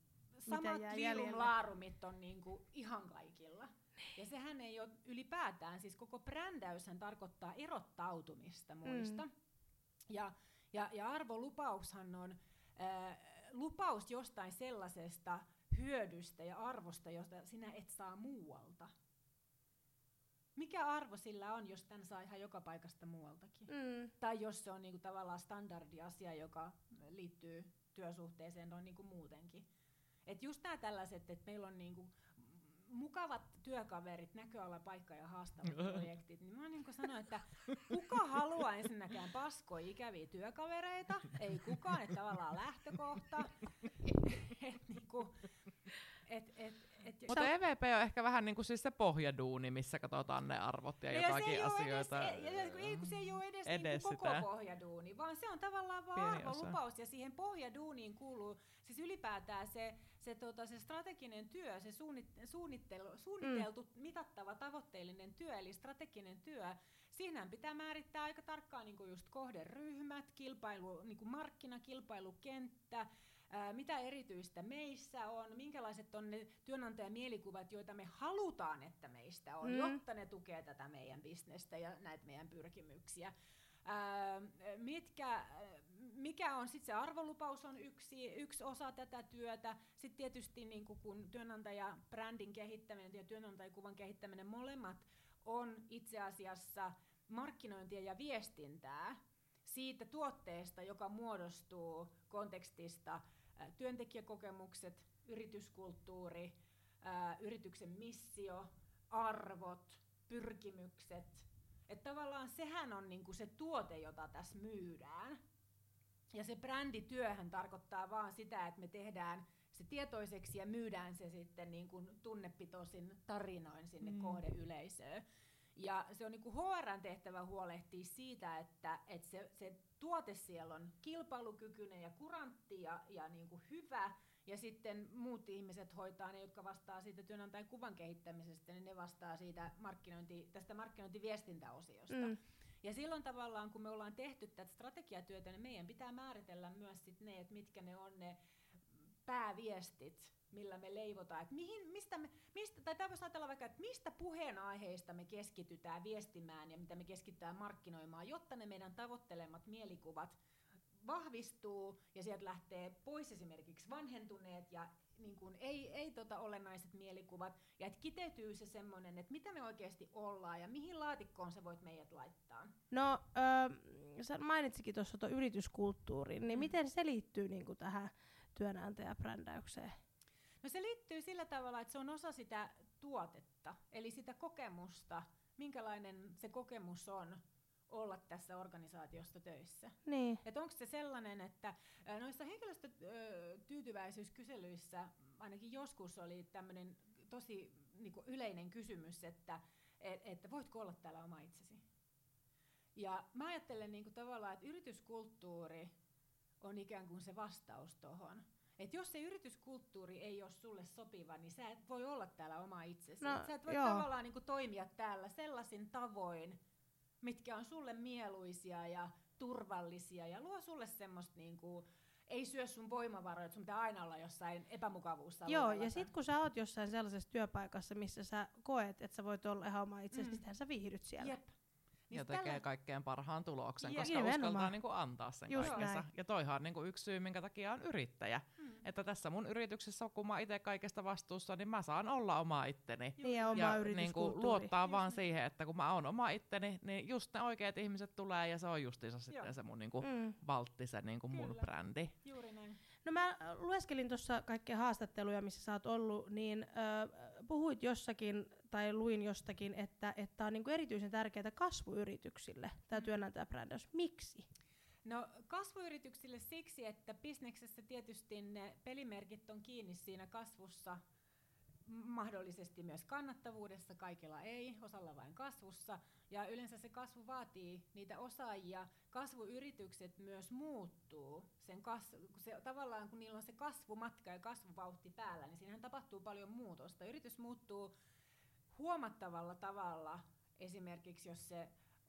S3: samat
S2: jää
S3: liilum
S2: jäljelle?
S3: laarumit on niin kuin ihan kaikilla. Ja sehän ei ole ylipäätään, siis koko brändäyshän tarkoittaa erottautumista muista. Mm. Ja, ja, ja arvolupaushan on äh, lupaus jostain sellaisesta hyödystä ja arvosta, josta sinä et saa muualta. Mikä arvo sillä on, jos tämän saa ihan joka paikasta muualtakin?
S2: Mm.
S3: Tai jos se on niinku tavallaan standardiasia, joka liittyy työsuhteeseen noin niinku muutenkin. Et just nämä tällaiset, että meillä on niinku mukavat työkaverit, näköala, paikka ja haastavat projektit, niin mä niin sanoin, että kuka haluaa ensinnäkään paskoja ikäviä työkavereita? Ei kukaan, että tavallaan lähtökohta. et niinku, et, et, et,
S1: Mutta E V P on ehkä vähän niin kuin siis se pohjaduuni, missä katsotaan ne arvot ja,
S3: ja
S1: jotakin
S3: se ei
S1: asioita.
S3: Edes, ja, ja, ei, kun se ei ole edes,
S1: edes
S3: niinku koko
S1: sitä.
S3: pohjaduuni, vaan se on tavallaan vaan
S1: Pieni osa.
S3: arvolupaus, ja siihen pohjaduuniin kuuluu siis ylipäätään se, se, tota, se strateginen työ, se suunnit, suunnittelu, suunniteltu, mm. mitattava, tavoitteellinen työ, eli strateginen työ. Siinähän pitää määrittää aika tarkkaan niin kuin just kohderyhmät, kilpailu, niin kuin markkinakilpailukenttä, ää, mitä erityistä meissä on, minkälaiset on ne työnantajamielikuvät, joita me halutaan, että meistä on, mm. jotta ne tukee tätä meidän bisnestä ja näitä meidän pyrkimyksiä. Ää, mitkä, mikä on sitten se arvolupaus on yksi, yksi osa tätä työtä. Sitten tietysti niin kun työnantajabrändin kehittäminen ja työnantajakuvan kehittäminen molemmat on itse asiassa markkinointia ja viestintää siitä tuotteesta, joka muodostuu kontekstista ää, työntekijäkokemukset, yrityskulttuuri, ää, yrityksen missio, arvot, pyrkimykset. Että tavallaan sehän on niinku se tuote, jota tässä myydään. Ja se brändityöhän tarkoittaa vaan sitä, että me tehdään se tietoiseksi ja myydään se sitten niin kuin tunnepitoisin tarinoin sinne mm. kohdeyleisöön. Ja se on niin kuin H R:n tehtävä huolehtia siitä, että, että se, se tuote siellä on kilpailukykyinen ja kurantti ja, ja niin kuin hyvä, ja sitten muut ihmiset hoitaa ne, jotka vastaa siitä työnantajan kuvan kehittämisestä, niin ne vastaa siitä markkinointi, tästä markkinointiviestintäosiosta. Mm. Ja silloin tavallaan, kun me ollaan tehty tätä strategiatyötä, niin meidän pitää määritellä myös sit ne, että mitkä ne on ne pääviestit, millä me leivotaan, että mihin, mistä me, mistä, tai tämä voisi ajatella vaikka, että mistä puheenaiheista me keskitytään viestimään ja mitä me keskitytään markkinoimaan, jotta ne meidän tavoittelemat mielikuvat vahvistuu ja sieltä lähtee pois esimerkiksi vanhentuneet ja niin kuin ei, ei tota olennaiset mielikuvat, ja että kiteytyy se semmoinen, että mitä me oikeasti ollaan ja mihin laatikkoon sä voit meidät laittaa.
S2: No, äh, sä mainitsikin tuossa tuon yrityskulttuurin, niin mm. miten se liittyy niin kuin tähän työnantajabrändäykseen?
S3: No se liittyy sillä tavalla, että se on osa sitä tuotetta, eli sitä kokemusta, minkälainen se kokemus on olla tässä organisaatiossa töissä.
S2: Niin.
S3: Että onko se sellainen, että noissa henkilöstötyytyväisyyskyselyissä ainakin joskus oli tämmöinen tosi niinku yleinen kysymys, että et, et voitko olla täällä oma itsesi? Ja mä ajattelen niinku tavallaan, että yrityskulttuuri on ikään kuin se vastaus tohon. Et jos se yrityskulttuuri ei ole sulle sopiva, niin sä et voi olla täällä oma itsesi. No, sä et voi joo. tavallaan niinku toimia täällä sellaisin tavoin, mitkä on sulle mieluisia ja turvallisia ja luo sulle semmoista niinku, ei syö sun voimavaroja, että sun pitää aina olla jossain epämukavuusalueella.
S2: Joo, ja sit kun sä oot jossain sellaisessa työpaikassa, missä sä koet, että sä voit olla ihan oma itsesi, mm. niin sä viihdyt siellä.
S3: Jep.
S1: Niin ja tekee tällä... kaikkein parhaan tuloksen,
S2: ja
S1: koska uskaltaa niinku antaa sen
S2: just
S1: kaikessa.
S2: Näin.
S1: Ja toihan on niinku yksi syy, minkä takia on yrittäjä. Mm. Että tässä mun yrityksessä, kun mä itse kaikesta vastuussa, niin mä saan olla oma itteni.
S2: Niin ja,
S1: ja niinku luottaa just vaan niin. siihen, että kun mä oon oma itteni, niin just ne oikeat ihmiset tulee ja se on justiinsa sitten se mun niinku mm. valtti, se niinku mun brändi.
S3: Juuri näin.
S2: No mä lueskelin tuossa kaikkia haastatteluja, missä sä oot ollut, niin äh, puhuit jossakin tai luin jostakin, että että on niinku erityisen tärkeää kasvuyrityksille tämä mm. työnantajabrändäys. Miksi?
S3: No kasvuyrityksille siksi, että bisneksessä tietysti ne pelimerkit on kiinni siinä kasvussa, mahdollisesti myös kannattavuudessa, kaikilla ei, osalla vain kasvussa. Ja yleensä se kasvu vaatii niitä osaajia. Kasvuyritykset myös muuttuu. Sen kas, se, tavallaan kun niillä on se kasvumatka ja kasvuvauhti päällä, niin siinähän tapahtuu paljon muutosta. Yritys muuttuu huomattavalla tavalla, esimerkiksi jos se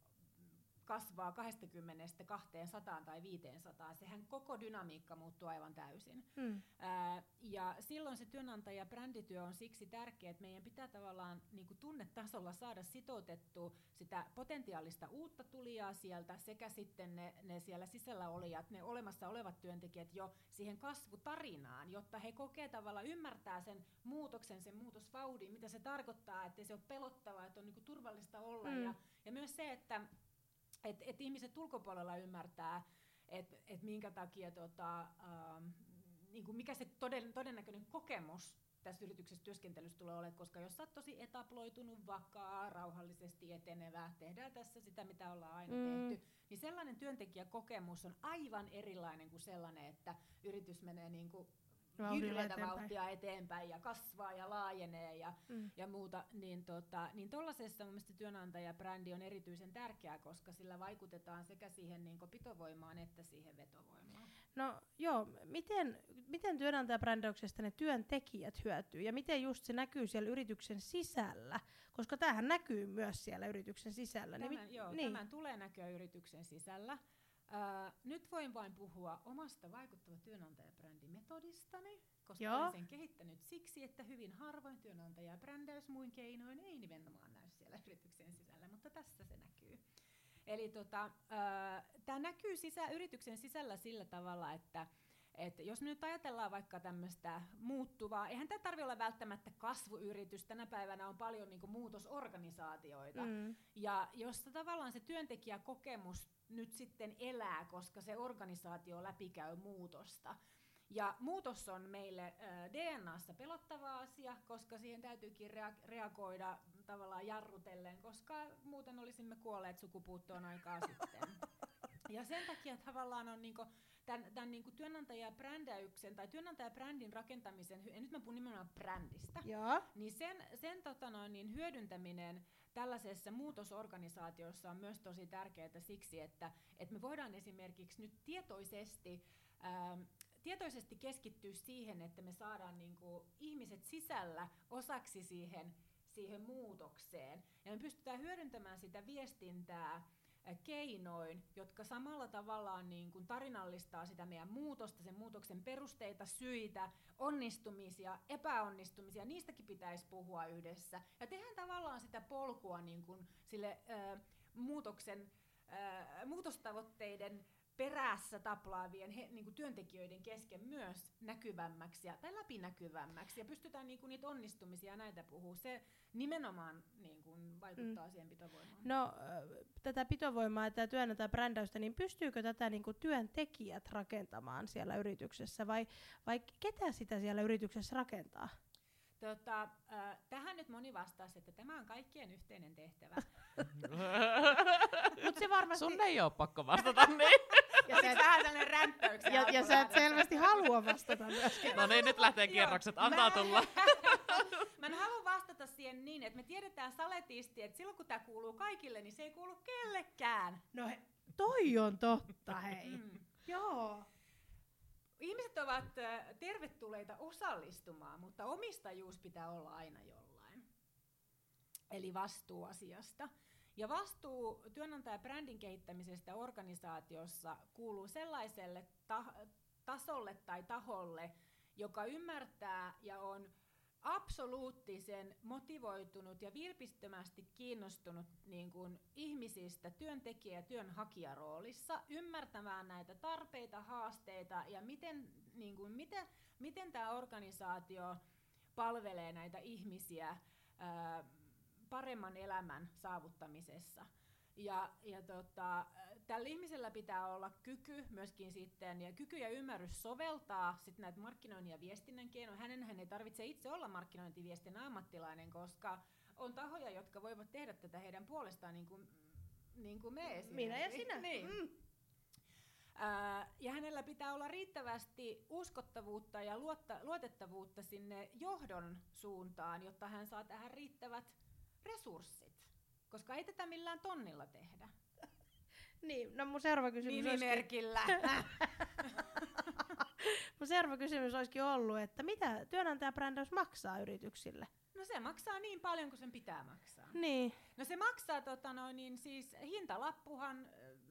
S3: kasvaa kaksikymmentä kaksisataa tai viisisataa, sehän koko dynamiikka muuttuu aivan täysin. Mm. Ää, ja silloin se työnantaja- ja brändityö on siksi tärkeää, että meidän pitää tavallaan niin kuin tunnetasolla saada sitoutettua sitä potentiaalista uutta tulijaa sieltä sekä sitten ne, ne siellä sisällä olijat, ne olemassa olevat työntekijät jo siihen kasvutarinaan, jotta he kokee tavallaan, ymmärtää sen muutoksen, sen muutosvauhdin, mitä se tarkoittaa, että se on pelottavaa, että on niin kuin turvallista olla mm. ja, ja myös se, että Et, et ihmiset ulkopuolella ymmärtää, että et minkä takia, tota, ähm, niinku mikä se toden, todennäköinen kokemus tässä yrityksessä työskentelyssä tulee olemaan, koska jos sä oot tosi etaploitunut, vakaa, rauhallisesti etenevä, tehdään tässä sitä, mitä ollaan aina mm. tehty, niin sellainen työntekijäkokemus on aivan erilainen kuin sellainen, että yritys menee niinku hirveätä vauhtia eteenpäin ja kasvaa ja laajenee ja, mm. ja muuta, niin, tota, niin tuollaisessa mun mielestä työnantajabrändi on erityisen tärkeää, koska sillä vaikutetaan sekä siihen niin kuin pitovoimaan että siihen vetovoimaan.
S2: No joo, miten, miten työnantajabrändäyksestä ne työntekijät hyötyy ja miten just se näkyy siellä yrityksen sisällä, koska tämähän näkyy myös siellä yrityksen sisällä.
S3: Tämän,
S2: niin,
S3: joo,
S2: niin.
S3: Tämän tulee näkyä yrityksen sisällä. Uh, nyt voin vain puhua omasta vaikuttava työnantajabrändimetoodistani, koska Joo. olen sen kehittänyt siksi, että hyvin harvoin työnantajabrändäys muin keinoin ei nimenomaan näy siellä yrityksen sisällä, mutta tässä se näkyy. Eli tota, uh, tämä näkyy sisä, yrityksen sisällä sillä tavalla, että et jos me nyt ajatellaan vaikka tämmöistä muuttuvaa, eihän tämä tarvitse olla välttämättä kasvuyritys, tänä päivänä on paljon niinku muutosorganisaatioita, mm. ja jossa tavallaan se työntekijäkokemus nyt sitten elää, koska se organisaatio läpikäy muutosta. Ja muutos on meille äh, D N A:ssa pelottava asia, koska siihen täytyykin rea- reagoida tavallaan jarrutellen, koska muuten olisimme kuolleet sukupuuttoon aikaa sitten. Ja sen takia tavallaan on niinku tämän, tämän niin kuin työnantajabrändäyksen tai työnantajabrändin rakentamisen, ja nyt mä puhun nimenomaan brändistä,
S2: Joo.
S3: niin sen, sen tota noin, niin hyödyntäminen tällaisessa muutosorganisaatiossa on myös tosi tärkeää siksi, että, että me voidaan esimerkiksi nyt tietoisesti, ää, tietoisesti keskittyä siihen, että me saadaan niinku ihmiset sisällä osaksi siihen, siihen muutokseen. Ja me pystytään hyödyntämään sitä viestintää keinoin, jotka samalla tavallaan niin kuin tarinallistaa sitä meidän muutosta, sen muutoksen perusteita, syitä, onnistumisia, epäonnistumisia, niistäkin pitäisi puhua yhdessä. Ja tehdään tavallaan sitä polkua niin kuin sille äh, muutoksen, äh, muutostavoitteiden perässä taplaavien he, niin kuin työntekijöiden kesken myös näkyvämmäksi ja, tai läpinäkyvämmäksi. Ja pystytään niin kuin niitä onnistumisia ja näitä puhua. Se nimenomaan niin kuin vaikuttaa mm. siihen pitovoimaan.
S2: No tätä pitovoimaa ja tätä työnantajabrändäystä, niin pystyykö tätä niin kuin työntekijät rakentamaan siellä yrityksessä vai, vai ketä sitä siellä yrityksessä rakentaa?
S3: Tota, äh, tähän nyt moni vastasi, että tämä on kaikkien yhteinen tehtävä.
S2: Mut se varmasti...
S1: Sun ei oo pakko vastata niin.
S3: Ja sä et vähän sellainen rämppäyksen
S2: Ja, ja sä et selvästi halua vastata myöskin.
S1: No niin, nyt lähtee kierrokset, antaa tulla.
S3: Mä en halua vastata siihen niin, että me tiedetään saletisti, että silloin kun tää kuuluu kaikille, niin se ei kuulu kellekään.
S2: No he, toi on totta, hei.
S3: Mm.
S2: Joo.
S3: Ihmiset ovat tervetulleita osallistumaan, mutta omistajuus pitää olla aina jollain. Eli vastuu asiasta. Ja vastuu työnantajabrändin kehittämisestä organisaatiossa kuuluu sellaiselle ta- tasolle tai taholle, joka ymmärtää ja on absoluuttisen motivoitunut ja vilpittömästi kiinnostunut niin kuin ihmisistä työntekijä- ja työnhakijaroolissa, ymmärtämään näitä tarpeita, haasteita ja miten, niin kuin, miten, miten tämä organisaatio palvelee näitä ihmisiä ää, paremman elämän saavuttamisessa. Ja, ja tota, tällä ihmisellä pitää olla kyky myöskin sitten, ja kyky ja ymmärrys soveltaa sit näitä markkinoinnin ja viestinnän keinoja. Hänenhän ei tarvitse itse olla markkinointiviestinnän ammattilainen, koska on tahoja, jotka voivat tehdä tätä heidän puolestaan, niin kuin, niin kuin me esimerkiksi.
S2: Minä ja sinä.
S3: Niin. Mm. Ää, ja hänellä pitää olla riittävästi uskottavuutta ja luotta, luotettavuutta sinne johdon suuntaan, jotta hän saa tähän riittävät resurssit. Koska ei tätä millään tonnilla tehdä.
S2: Niin, no mun seuraava kysymys
S3: Nimimerkillä.
S2: mun seuraava kysymys olisikin ollut, että mitä työnantajabrändäys maksaa yrityksille?
S3: No se maksaa niin paljon kuin sen pitää maksaa.
S2: Niin.
S3: No se maksaa, tota noin, niin siis hintalappuhan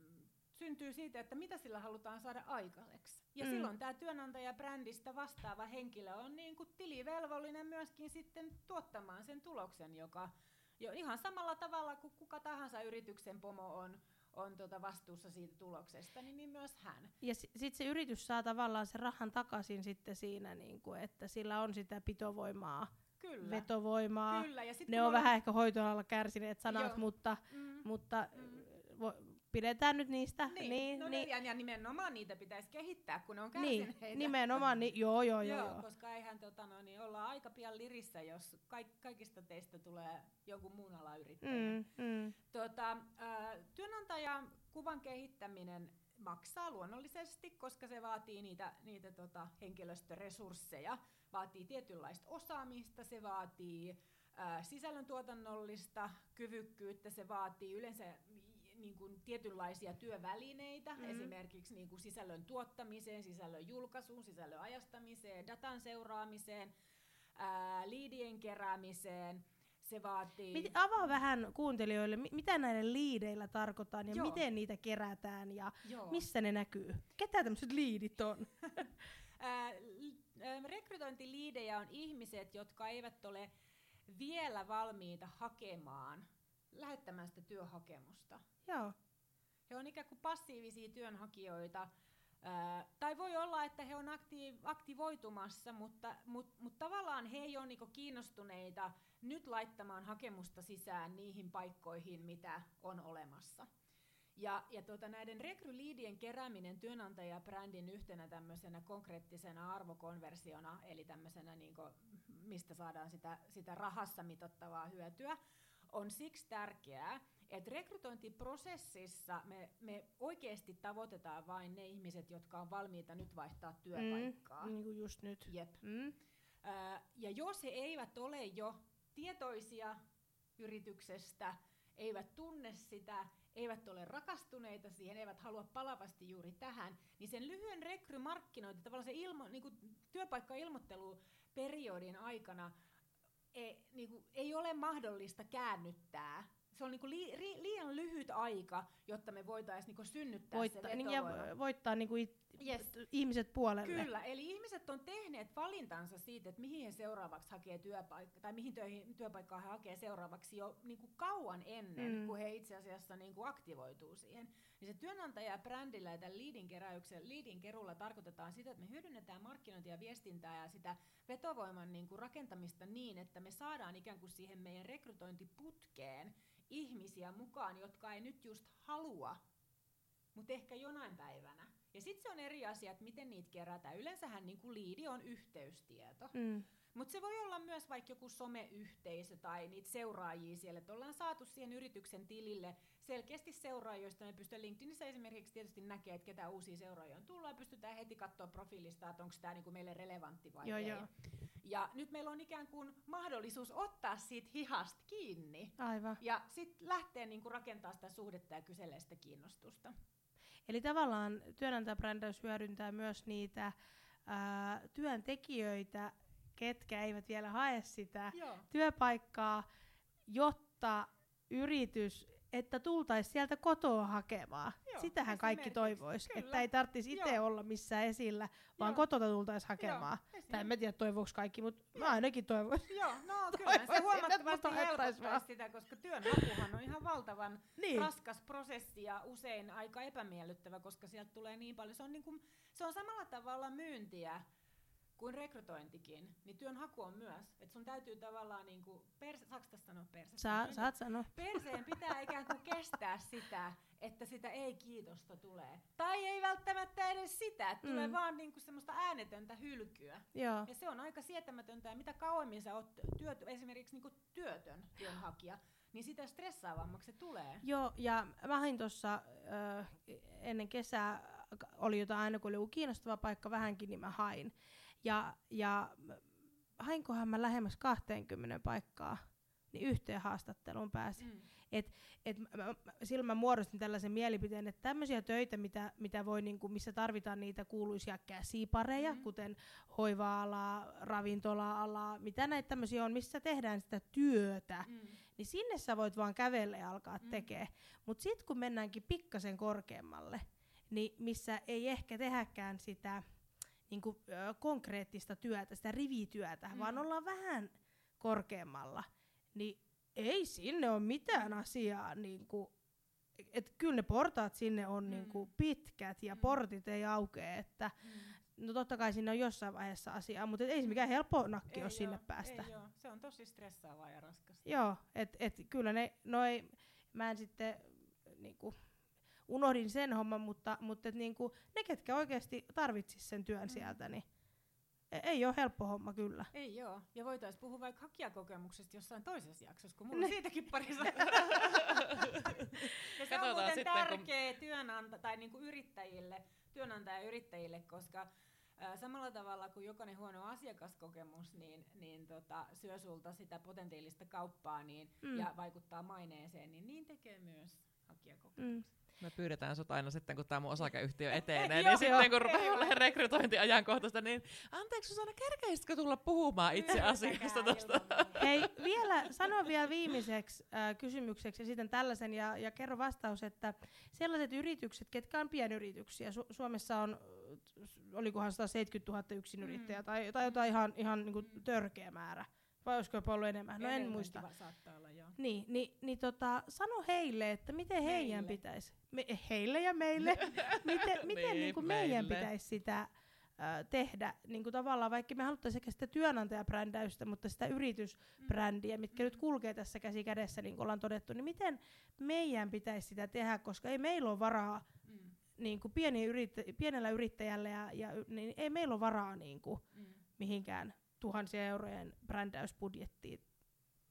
S3: syntyy siitä, että mitä sillä halutaan saada aikaiseksi. Ja mm. silloin tämä työnantajabrändistä vastaava henkilö on niin kuin tilivelvollinen myöskin sitten tuottamaan sen tuloksen, joka jo ihan samalla tavalla kuin kuka tahansa yrityksen pomo on, on tota vastuussa siitä tuloksesta, niin, niin myös hän.
S2: Ja s- sitten se yritys saa tavallaan sen rahan takaisin sitten siinä, niin kuin, että sillä on sitä pitovoimaa,
S3: Kyllä.
S2: vetovoimaa.
S3: Kyllä. Ja sit
S2: ne
S3: kun
S2: on
S3: ollaan...
S2: vähän ehkä hoitoalalla kärsineet sanat,
S3: Joo.
S2: mutta,
S3: Mm.
S2: mutta
S3: Mm.
S2: vo, pidetään nyt niistä.
S3: Niin,
S2: niin,
S3: no
S2: niin,
S3: ja, ja nimenomaan niitä pitäisi kehittää, kun ne on
S2: niin
S3: kärsineitä.
S2: nimenomaan, niin, joo, joo, joo,
S3: Joo,
S2: joo.
S3: koska eihän tota, no, niin ollaan aika pian lirissä, jos kaik, kaikista teistä tulee jonkun muun alan yrittäjä.
S2: Mm, mm.
S3: Tota, äh, työnantajan kuvan kehittäminen maksaa luonnollisesti, koska se vaatii niitä, niitä tota, henkilöstöresursseja, vaatii tietynlaista osaamista, se vaatii äh, sisällöntuotannollista kyvykkyyttä, se vaatii yleensä niin kuin tietynlaisia työvälineitä, mm-hmm. esimerkiksi niin kuin sisällön tuottamiseen, sisällön julkaisuun, sisällön ajastamiseen, datan seuraamiseen, ää, liidien keräämiseen. Se vaatii...
S2: Mit, avaa vähän kuuntelijoille, mi- mitä näillä liideillä tarkoitaan ja
S3: Joo.
S2: miten niitä kerätään ja
S3: Joo.
S2: missä ne näkyy. Ketä tämmöiset liidit on?
S3: Ää, rekrytointiliidejä on ihmiset, jotka eivät ole vielä valmiita hakemaan, lähettämään sitä työhakemusta.
S2: Joo.
S3: He on ikään kuin passiivisia työnhakijoita, ää, tai voi olla, että he on akti- aktivoitumassa, mutta mut, mut tavallaan he ei ole niinku kiinnostuneita nyt laittamaan hakemusta sisään niihin paikkoihin, mitä on olemassa. Ja, ja tota, näiden rekryliidien kerääminen työnantajabrändin yhtenä tämmöisenä konkreettisena arvokonversiona, eli tämmöisenä, niinku, mistä saadaan sitä, sitä rahassa mitottavaa hyötyä, on siksi tärkeää, että rekrytointiprosessissa me, me oikeasti tavoitetaan vain ne ihmiset, jotka on valmiita nyt vaihtaa työpaikkaa.
S2: Mm, niin kuin just nyt.
S3: Jep.
S2: Mm.
S3: Ää, ja jos he eivät ole jo tietoisia yrityksestä, eivät tunne sitä, eivät ole rakastuneita siihen, eivät halua palavasti juuri tähän, niin sen lyhyen rekrymarkkinointi, tavallaan se ilmo, niin kuin työpaikka-ilmoitteluperiodin aikana ei, niin kuin, ei ole mahdollista käännyttää. Se on niinku li, ri, liian lyhyt aika, jotta me voitaisiin niinku synnyttää
S2: Voittaa,
S3: se
S2: niin,
S3: vetovoima.
S2: ja voittaa niinku it,
S3: Yes.
S2: ihmiset puolelle.
S3: Kyllä, eli ihmiset on tehneet valintansa siitä, että mihin he seuraavaksi hakee työpaikkaa, tai mihin töihin, työpaikkaa he hakee seuraavaksi jo niinku kauan ennen,
S2: Mm.
S3: kun he itse asiassa niinku aktivoituu siihen. Niin se työnantajabrändillä ja tämän leadin keräyksen, leadin kerulla tarkoitetaan sitä, että me hyödynnetään markkinointia ja viestintää ja sitä vetovoiman niinku rakentamista niin, että me saadaan ikään kuin siihen meidän rekrytointiputkeen ihmisiä mukaan, jotka ei nyt just halua, mutta ehkä jonain päivänä. Ja sitten se on eri asia, että miten niitä kerätään. Yleensähän niin kuin liidi on yhteystieto.
S2: Mm.
S3: Mutta se voi olla myös vaikka joku someyhteisö tai niitä seuraajia siellä, että ollaan saatu siihen yrityksen tilille selkeästi seuraajia, joista me pystytään LinkedInissä esimerkiksi tietysti näkee, että ketä uusia seuraajia on tullut, ja pystytään heti katsoa profiilista, että onko tämä niinku meille relevantti vai
S2: Joo,
S3: ei.
S2: joo.
S3: Ja nyt meillä on ikään kuin mahdollisuus ottaa siitä hihasta kiinni
S2: Aivan.
S3: ja sitten lähteä niinku rakentamaan sitä suhdetta ja kyselee sitä kiinnostusta.
S2: Eli tavallaan työnantajabrändäys hyödyntää myös niitä ää, työntekijöitä, ketkä eivät vielä hae sitä
S3: Joo.
S2: työpaikkaa, jotta yritys, että tultaisiin sieltä kotoa hakemaan.
S3: Joo,
S2: Sitähän kaikki
S3: esimerkiksi.
S2: toivoisi,
S3: Kyllä.
S2: että ei tarvitsisi itse
S3: Joo.
S2: olla missään esillä, vaan
S3: Joo.
S2: kotota tultaisiin hakemaan.
S3: Joo,
S2: Tai en mä tiedä toivoiko kaikki, mutta mä ainakin toivoisin.
S3: Joo, no kyllä
S2: Toivoisin,
S3: se
S2: että
S3: huomattavasti
S2: mut haettaisi vaan.
S3: helpottaisi sitä, koska työnhakuhan on ihan valtavan
S2: Niin.
S3: raskas prosessi ja usein aika epämiellyttävä, koska sieltä tulee niin paljon. Se on, niin kuin, se on samalla tavalla myyntiä kuin rekrytointikin, niin työnhaku on myös. Että sun täytyy tavallaan, niin kuin, perse, saako tässä sanoa perse?
S2: Saa, saat sanoa.
S3: Perseen pitää ikään kuin kestää sitä, että sitä ei-kiitosta tulee. Tai ei välttämättä edes sitä, että
S2: Mm.
S3: tulee vaan niinku semmoista äänetöntä hylkyä.
S2: Joo.
S3: Ja se on aika sietämätöntä, ja mitä kauemmin sä oot työt, esimerkiksi niinku työtön työnhakija, niin sitä stressaavammaksi se tulee.
S2: Joo, ja mä hain tuossa äh, ennen kesää, oli jotain aina kun oli joku kiinnostava paikka vähänkin, niin mä hain. Ja, ja hainkohan mä lähemmäs kaksikymmentä paikkaa, niin yhteen haastatteluun pääsin.
S3: Mm.
S2: Et, et mä, mä, silloin mä muodostin tällaisen mielipiteen, että tämmöisiä töitä, mitä, mitä voi, niinku, missä tarvitaan niitä kuuluisia käsipareja,
S3: Mm.
S2: kuten hoiva-alaa, ravintola-alaa, mitä näitä tämmöisiä on, missä tehdään sitä työtä,
S3: Mm.
S2: niin sinne sä voit vaan kävellä ja alkaa
S3: Mm.
S2: tekemään. Mutta sitten kun mennäänkin pikkasen korkeammalle, niin missä ei ehkä tehäkään sitä niinku, ö, konkreettista työtä, sitä rivityötä,
S3: Mm.
S2: vaan ollaan vähän korkeammalla, niin ei sinne ole mitään asiaa. Niinku, et kyllä ne portaat sinne on
S3: Mm.
S2: niinku pitkät ja
S3: Mm.
S2: portit ei aukea. Että,
S3: Mm.
S2: no totta kai siinä on jossain vaiheessa asiaa, mutta ei se mikään helppo nakki ole sinne
S3: oo,
S2: päästä.
S3: Ei oo. Se on tosi stressaavaa ja raskasta.
S2: Joo, että et kyllä ne, no ei, mä en sitten niinku, unohdin sen homman, mutta, mutta et niinku, ne, ketkä oikeasti tarvitsis sen työn
S3: Mm.
S2: sieltä, niin e- ei ole helppo homma kyllä.
S3: Ei joo. Ja voitaisiin puhua vaikka hakijakokemuksesta jossain toisessa jaksossa, kun mulla on
S2: Ne.
S3: siitäkin pari sanaa. Ja se on
S1: Katsotaan
S3: muuten
S1: sitten, kun-
S3: tärkeä työnanta- tai niinku yrittäjille, työnantajayrittäjille, koska ää, samalla tavalla kuin jokainen huono asiakaskokemus niin, niin tota, syö sulta sitä potentiaalista kauppaa niin,
S2: Mm.
S3: ja vaikuttaa maineeseen, niin niin tekee myös hakijakokemukset.
S2: Mm.
S1: Me pyydetään sut aina sitten, kun tämä mun osakeyhtiö etenee,
S3: Joo,
S1: niin
S3: joo,
S1: sitten kun
S3: ei
S1: rupeaa
S3: ole.
S1: olemaan rekrytointiajankohtaista, niin anteeksi Susanna, kerkeisitkö tulla puhumaan itse asiasta tosta?
S2: Hei, vielä sanon vielä viimeiseksi äh, kysymykseksi ja sitten tällaisen ja, ja kerro vastaus, että sellaiset yritykset, ketkä on pienyrityksiä, Su- Suomessa on, äh, olikohan sata seitsemänkymmentätuhatta yksinyrittäjää
S3: Mm.
S2: tai, tai jotain ihan, ihan niinku törkeä määrä, vai olisiko jopa ollut enemmän, no en
S3: Enemmänkin
S2: muista.
S3: va- Saattaa olla, joo.
S2: Niin, niin, niin tota, sano heille, että miten heidän
S3: Meille.
S2: pitäisi, me, heille ja meille, miten, miten
S1: Niin,
S2: niin kuin meidän
S1: meille.
S2: pitäisi sitä äh, tehdä, niin kuin tavallaan, vaikka me haluttaisiin sekä sitä työnantajabrändäystä, mutta sitä yritysbrändiä, mitkä
S3: Mm.
S2: nyt kulkee tässä käsi kädessä, niin kuin ollaan todettu, niin miten meidän pitäisi sitä tehdä, koska ei meillä ole varaa,
S3: Mm.
S2: niin kuin pieni yrittä, pienellä yrittäjällä, ja, ja, niin ei meillä ole varaa niin kuin
S3: Mm.
S2: mihinkään tuhansien eurojen brändäysbudjettiin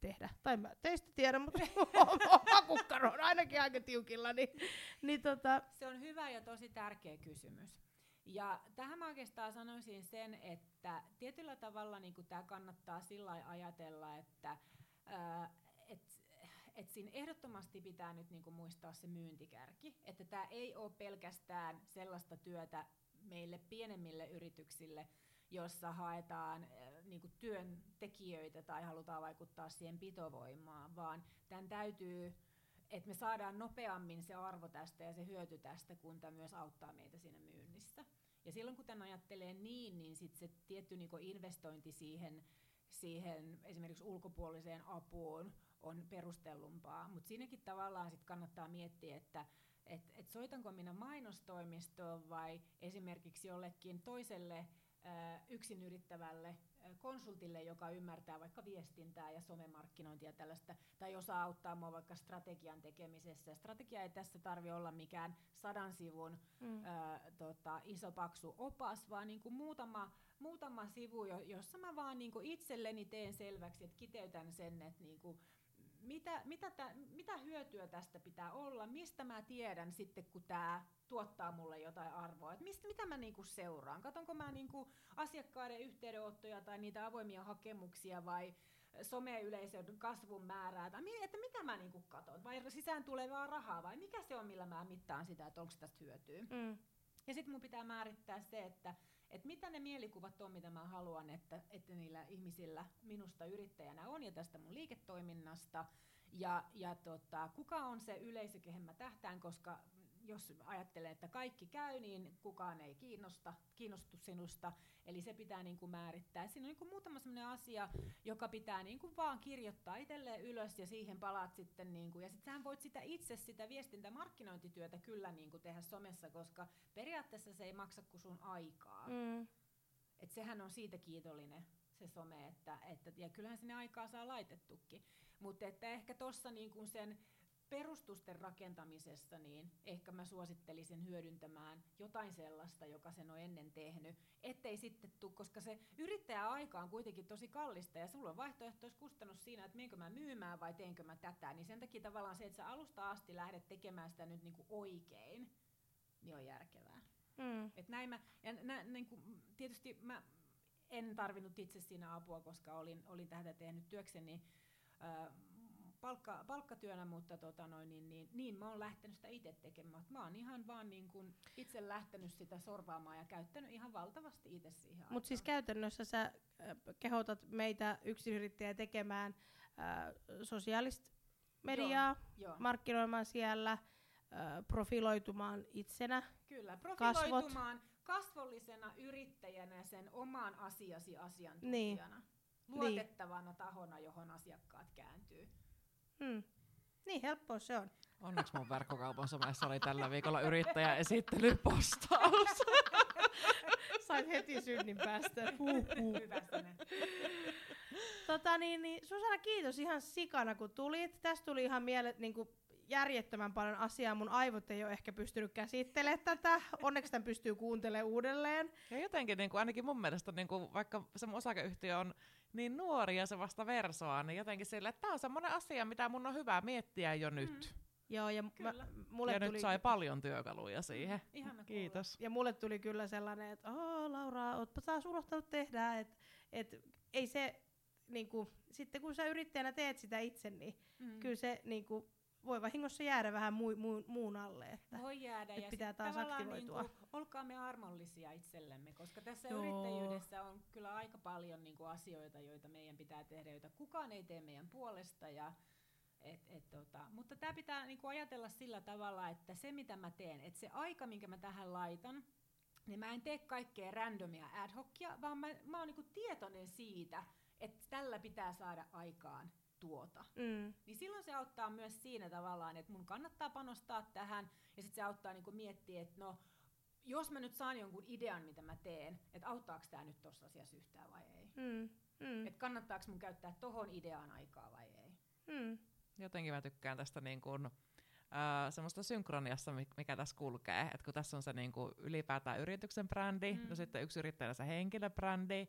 S2: tehdä. Tai mä teistä tiedän, mutta oma kukkaro on ainakin aika tiukilla. Niin, niin tota...
S3: Se on hyvä ja tosi tärkeä kysymys. Ja tähän mä oikeastaan sanoisin sen, että tietyllä tavalla niin tämä kannattaa sillä lailla ajatella, että ää, et, et siinä ehdottomasti pitää nyt niin muistaa se myyntikärki. Että tämä ei ole pelkästään sellaista työtä meille pienemmille yrityksille, jossa haetaan äh, niinku työntekijöitä tai halutaan vaikuttaa siihen pitovoimaan, vaan tämän täytyy, että me saadaan nopeammin se arvo tästä ja se hyöty tästä, kun tämä myös auttaa meitä siinä myynnissä. Ja silloin kun tämän ajattelee niin, niin sit se tietty niinku investointi siihen, siihen esimerkiksi ulkopuoliseen apuun on perustellumpaa, mutta siinäkin tavallaan sit kannattaa miettiä, että et, et soitanko minä mainostoimistoon vai esimerkiksi jollekin toiselle yksin yrittävälle konsultille, joka ymmärtää vaikka viestintää ja somemarkkinointia ja tällaista, tai osaa auttaa mua vaikka strategian tekemisessä. Strategia ei tässä tarvitse olla mikään sadan sivun mm. ää, tota, iso paksu opas, vaan niinku muutama, muutama sivu, jossa mä vaan niinku itselleni teen selväksi, että kiteytän sen, että niinku, Mitä, mitä, tä, mitä hyötyä tästä pitää olla, mistä mä tiedän sitten, kun tämä tuottaa mulle jotain arvoa, että mistä, mitä mä niinku seuraan, katsonko mä niinku asiakkaiden yhteydenottoja tai niitä avoimia hakemuksia vai someyleisön kasvun määrää, tai että mitä mä niinku katon, vai sisään tulevaa rahaa, vai mikä se on, millä mä mittaan sitä, että onko tästä hyötyä. Mm. Ja sitten mun pitää määrittää se, että et mitä ne mielikuvat on, mitä mä haluan, että, että niillä ihmisillä minusta yrittäjänä on ja tästä mun liiketoiminnasta. Ja, ja tota, kuka on se yleisö, kehen mä tähtään, koska jos ajattelee, että kaikki käy, niin kukaan ei kiinnosta, kiinnostu sinusta. Eli se pitää niin kuin määrittää. Siinä on niin kuin muutama sellainen asia, joka pitää niin kuin vaan kirjoittaa itselleen ylös ja siihen palaat sitten. Niin kuin, ja sitten sähän voit sitä itse sitä viestintämarkkinointityötä kyllä niin kuin tehdä somessa, koska periaatteessa se ei maksa kuin sun aikaa. Mm. Et sehän on siitä kiitollinen se some, että, että, ja kyllähän sinne aikaa saa laitettukin. Mutta että ehkä tuossa niin kuin sen perustusten rakentamisessa, niin ehkä mä suosittelisin hyödyntämään jotain sellaista, joka sen on ennen tehnyt, ettei sitten tuu, koska se yrittäjäaika on kuitenkin tosi kallista ja sulla on vaihtoehtoiskustannus siinä, että menenkö mä myymään vai teenkö mä tätä, niin sen takia tavallaan se, että sä alusta asti lähdet tekemään sitä nyt niinku oikein, niin on järkevää. Mm. Et näin mä, ja nä, niinku, tietysti mä en tarvinnut itse siinä apua, koska olin, olin tätä tehnyt työkseni, äh, Palkka, palkkatyönä, mutta tota noin, niin, niin, niin mä oon lähtenyt sitä itse tekemään. Mä oon ihan vaan niin kun itse lähtenyt sitä sorvaamaan ja käyttänyt ihan valtavasti itse siihen.
S2: Mutta siis käytännössä sä äh, kehotat meitä yksinyrittäjiä tekemään äh, sosiaalista mediaa, joo, joo. markkinoimaan siellä, äh, profiloitumaan itsenä.
S3: Kyllä, profiloitumaan kasvot. Kasvollisena yrittäjänä ja sen oman asiasi asiantuntijana. Niin. Luotettavana niin. tahona, johon asiakkaat kääntyy. Hmm.
S2: Niin helppoa se on.
S1: Onneksi mun verkkokaupan somessa oli tällä viikolla yrittäjäesittelypostaus.
S2: Sait heti synnin päästä. tota, niin, niin, Susanna, kiitos ihan sikana kun tulit. Tästä tuli ihan miele, niin kuin järjettömän paljon asiaa. Mun aivot ei ole ehkä pystynyt käsittelemään tätä. Onneksi tämän pystyy kuuntelemaan uudelleen.
S1: Ja jotenkin niin kuin, ainakin mun mielestä, niin kuin, vaikka se mun osakeyhtiö on niin nuori ja se vasta versoa, niin jotenkin sille, että tää on semmoinen asia, mitä mun on hyvä miettiä jo nyt. Mm.
S2: Joo, ja, mä, mulle
S1: ja
S2: tuli
S1: nyt sai paljon työkaluja siihen.
S3: Ihana
S1: Kiitos.
S3: Kuulla.
S2: Ja mulle tuli kyllä sellainen, että oh, Laura, ootpa taas unohtanut tehdä, että et, ei se, niinku, sitten kun sä yrittäjänä teet sitä itse, niin mm. kyllä se niinku, voi vahingossa jäädä vähän muu, muu, muun alle, että
S3: voi jäädä, ja
S2: pitää taas aktivoitua.
S3: Niinku, olkaamme armollisia itsellemme, koska tässä
S2: Joo.
S3: yrittäjyydessä on kyllä aika paljon niinku asioita, joita meidän pitää tehdä, joita kukaan ei tee meidän puolesta. Ja, et, et, tota, mutta tämä pitää niinku ajatella sillä tavalla, että se mitä mä teen, että se aika minkä mä tähän laitan, niin mä en tee kaikkea randomia ad hocia, vaan mä, mä oon niinku tietoinen siitä, että tällä pitää saada aikaan tuota. Mm. Niin silloin se auttaa myös siinä tavallaan, että mun kannattaa panostaa tähän ja sitten se auttaa niinku miettiä, että no jos mä nyt saan jonkun idean, mitä mä teen, että auttaako tää nyt tossa asiassa yhtään vai ei. Mm. Mm. Että kannattaako mun käyttää tohon ideaan aikaa vai ei.
S1: Mm. Jotenkin mä tykkään tästä niin kuin, äh, semmoista synkroniassa, mikä tässä kulkee. Että kun tässä on se niin kuin ylipäätään yrityksen brändi, mm. no sitten yksi yrittäjänä se henkilöbrändi,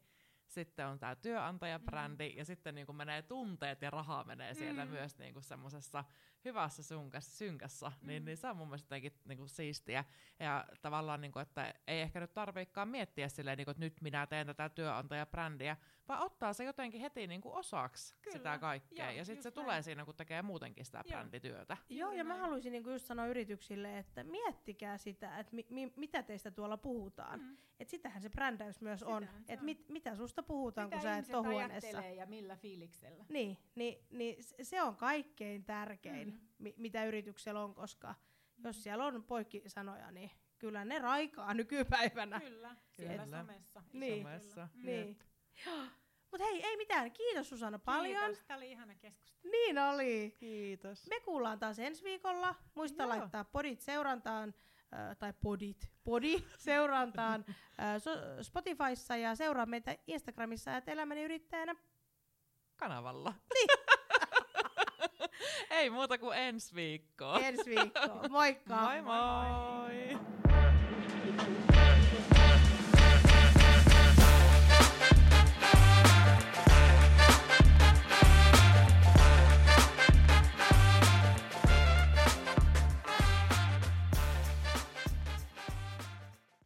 S1: sitten on tää työnantajabrändi, mm. ja sitten niinku menee tunteet ja raha menee siellä
S3: Mm.
S1: myös niinku semmosessa hyvässä synkässä, synkässä. Mm. Niin, niin se on mun mielestä jotenkin niinku siistiä. Ja tavallaan, niinku, että ei ehkä nyt tarviikaan miettiä silleen, niinku, että nyt minä teen tätä työnantajabrändiä, vaan ottaa se jotenkin heti niinku osaksi
S3: Kyllä.
S1: sitä kaikkea.
S3: Joo,
S1: ja sitten se
S3: just
S1: tulee
S3: näin.
S1: siinä, kun tekee muutenkin sitä
S3: Joo.
S1: brändityötä.
S2: Joo,
S3: Juuri
S2: ja mä
S3: näin.
S2: haluaisin niinku just sanoa yrityksille, että miettikää sitä, että mi- mi- mitä teistä tuolla puhutaan.
S3: Mm.
S2: Et sitähän se brändäys myös on.
S3: Sitähän se
S2: Että
S3: on.
S2: mit- mitä susta puhutaan,
S3: Mitä
S2: kun sä et
S3: ihmiset
S2: ole huoneessa.
S3: ajattelee ja millä fiiliksellä.
S2: Niin, niin, niin s- se on kaikkein tärkein,
S3: Mm.
S2: mi- mitä yrityksellä on, koska jos siellä on poikkisanoja, niin kyllä ne raikaa nykypäivänä.
S3: Kyllä, siellä
S1: Kyllä.
S3: somessa.
S2: Niin.
S1: Somessa.
S3: Mm.
S2: Niin. Mut hei, ei mitään. Kiitos Susanna paljon.
S3: Kiitos, tää oli ihana keskustelu.
S2: Niin oli.
S1: Kiitos.
S2: Me kuullaan taas ensi viikolla. Muista
S1: Joo.
S2: laittaa podit seurantaan, äh, tai podit, podi seurantaan äh, so- Spotifyssa ja seuraa meitä Instagramissa, että elämäni yrittäjänä.
S1: Kanavalla. Ei muuta kuin ensi viikkoon.
S2: Ensi viikkoon. Moikka!
S1: Moi moi!
S3: moi.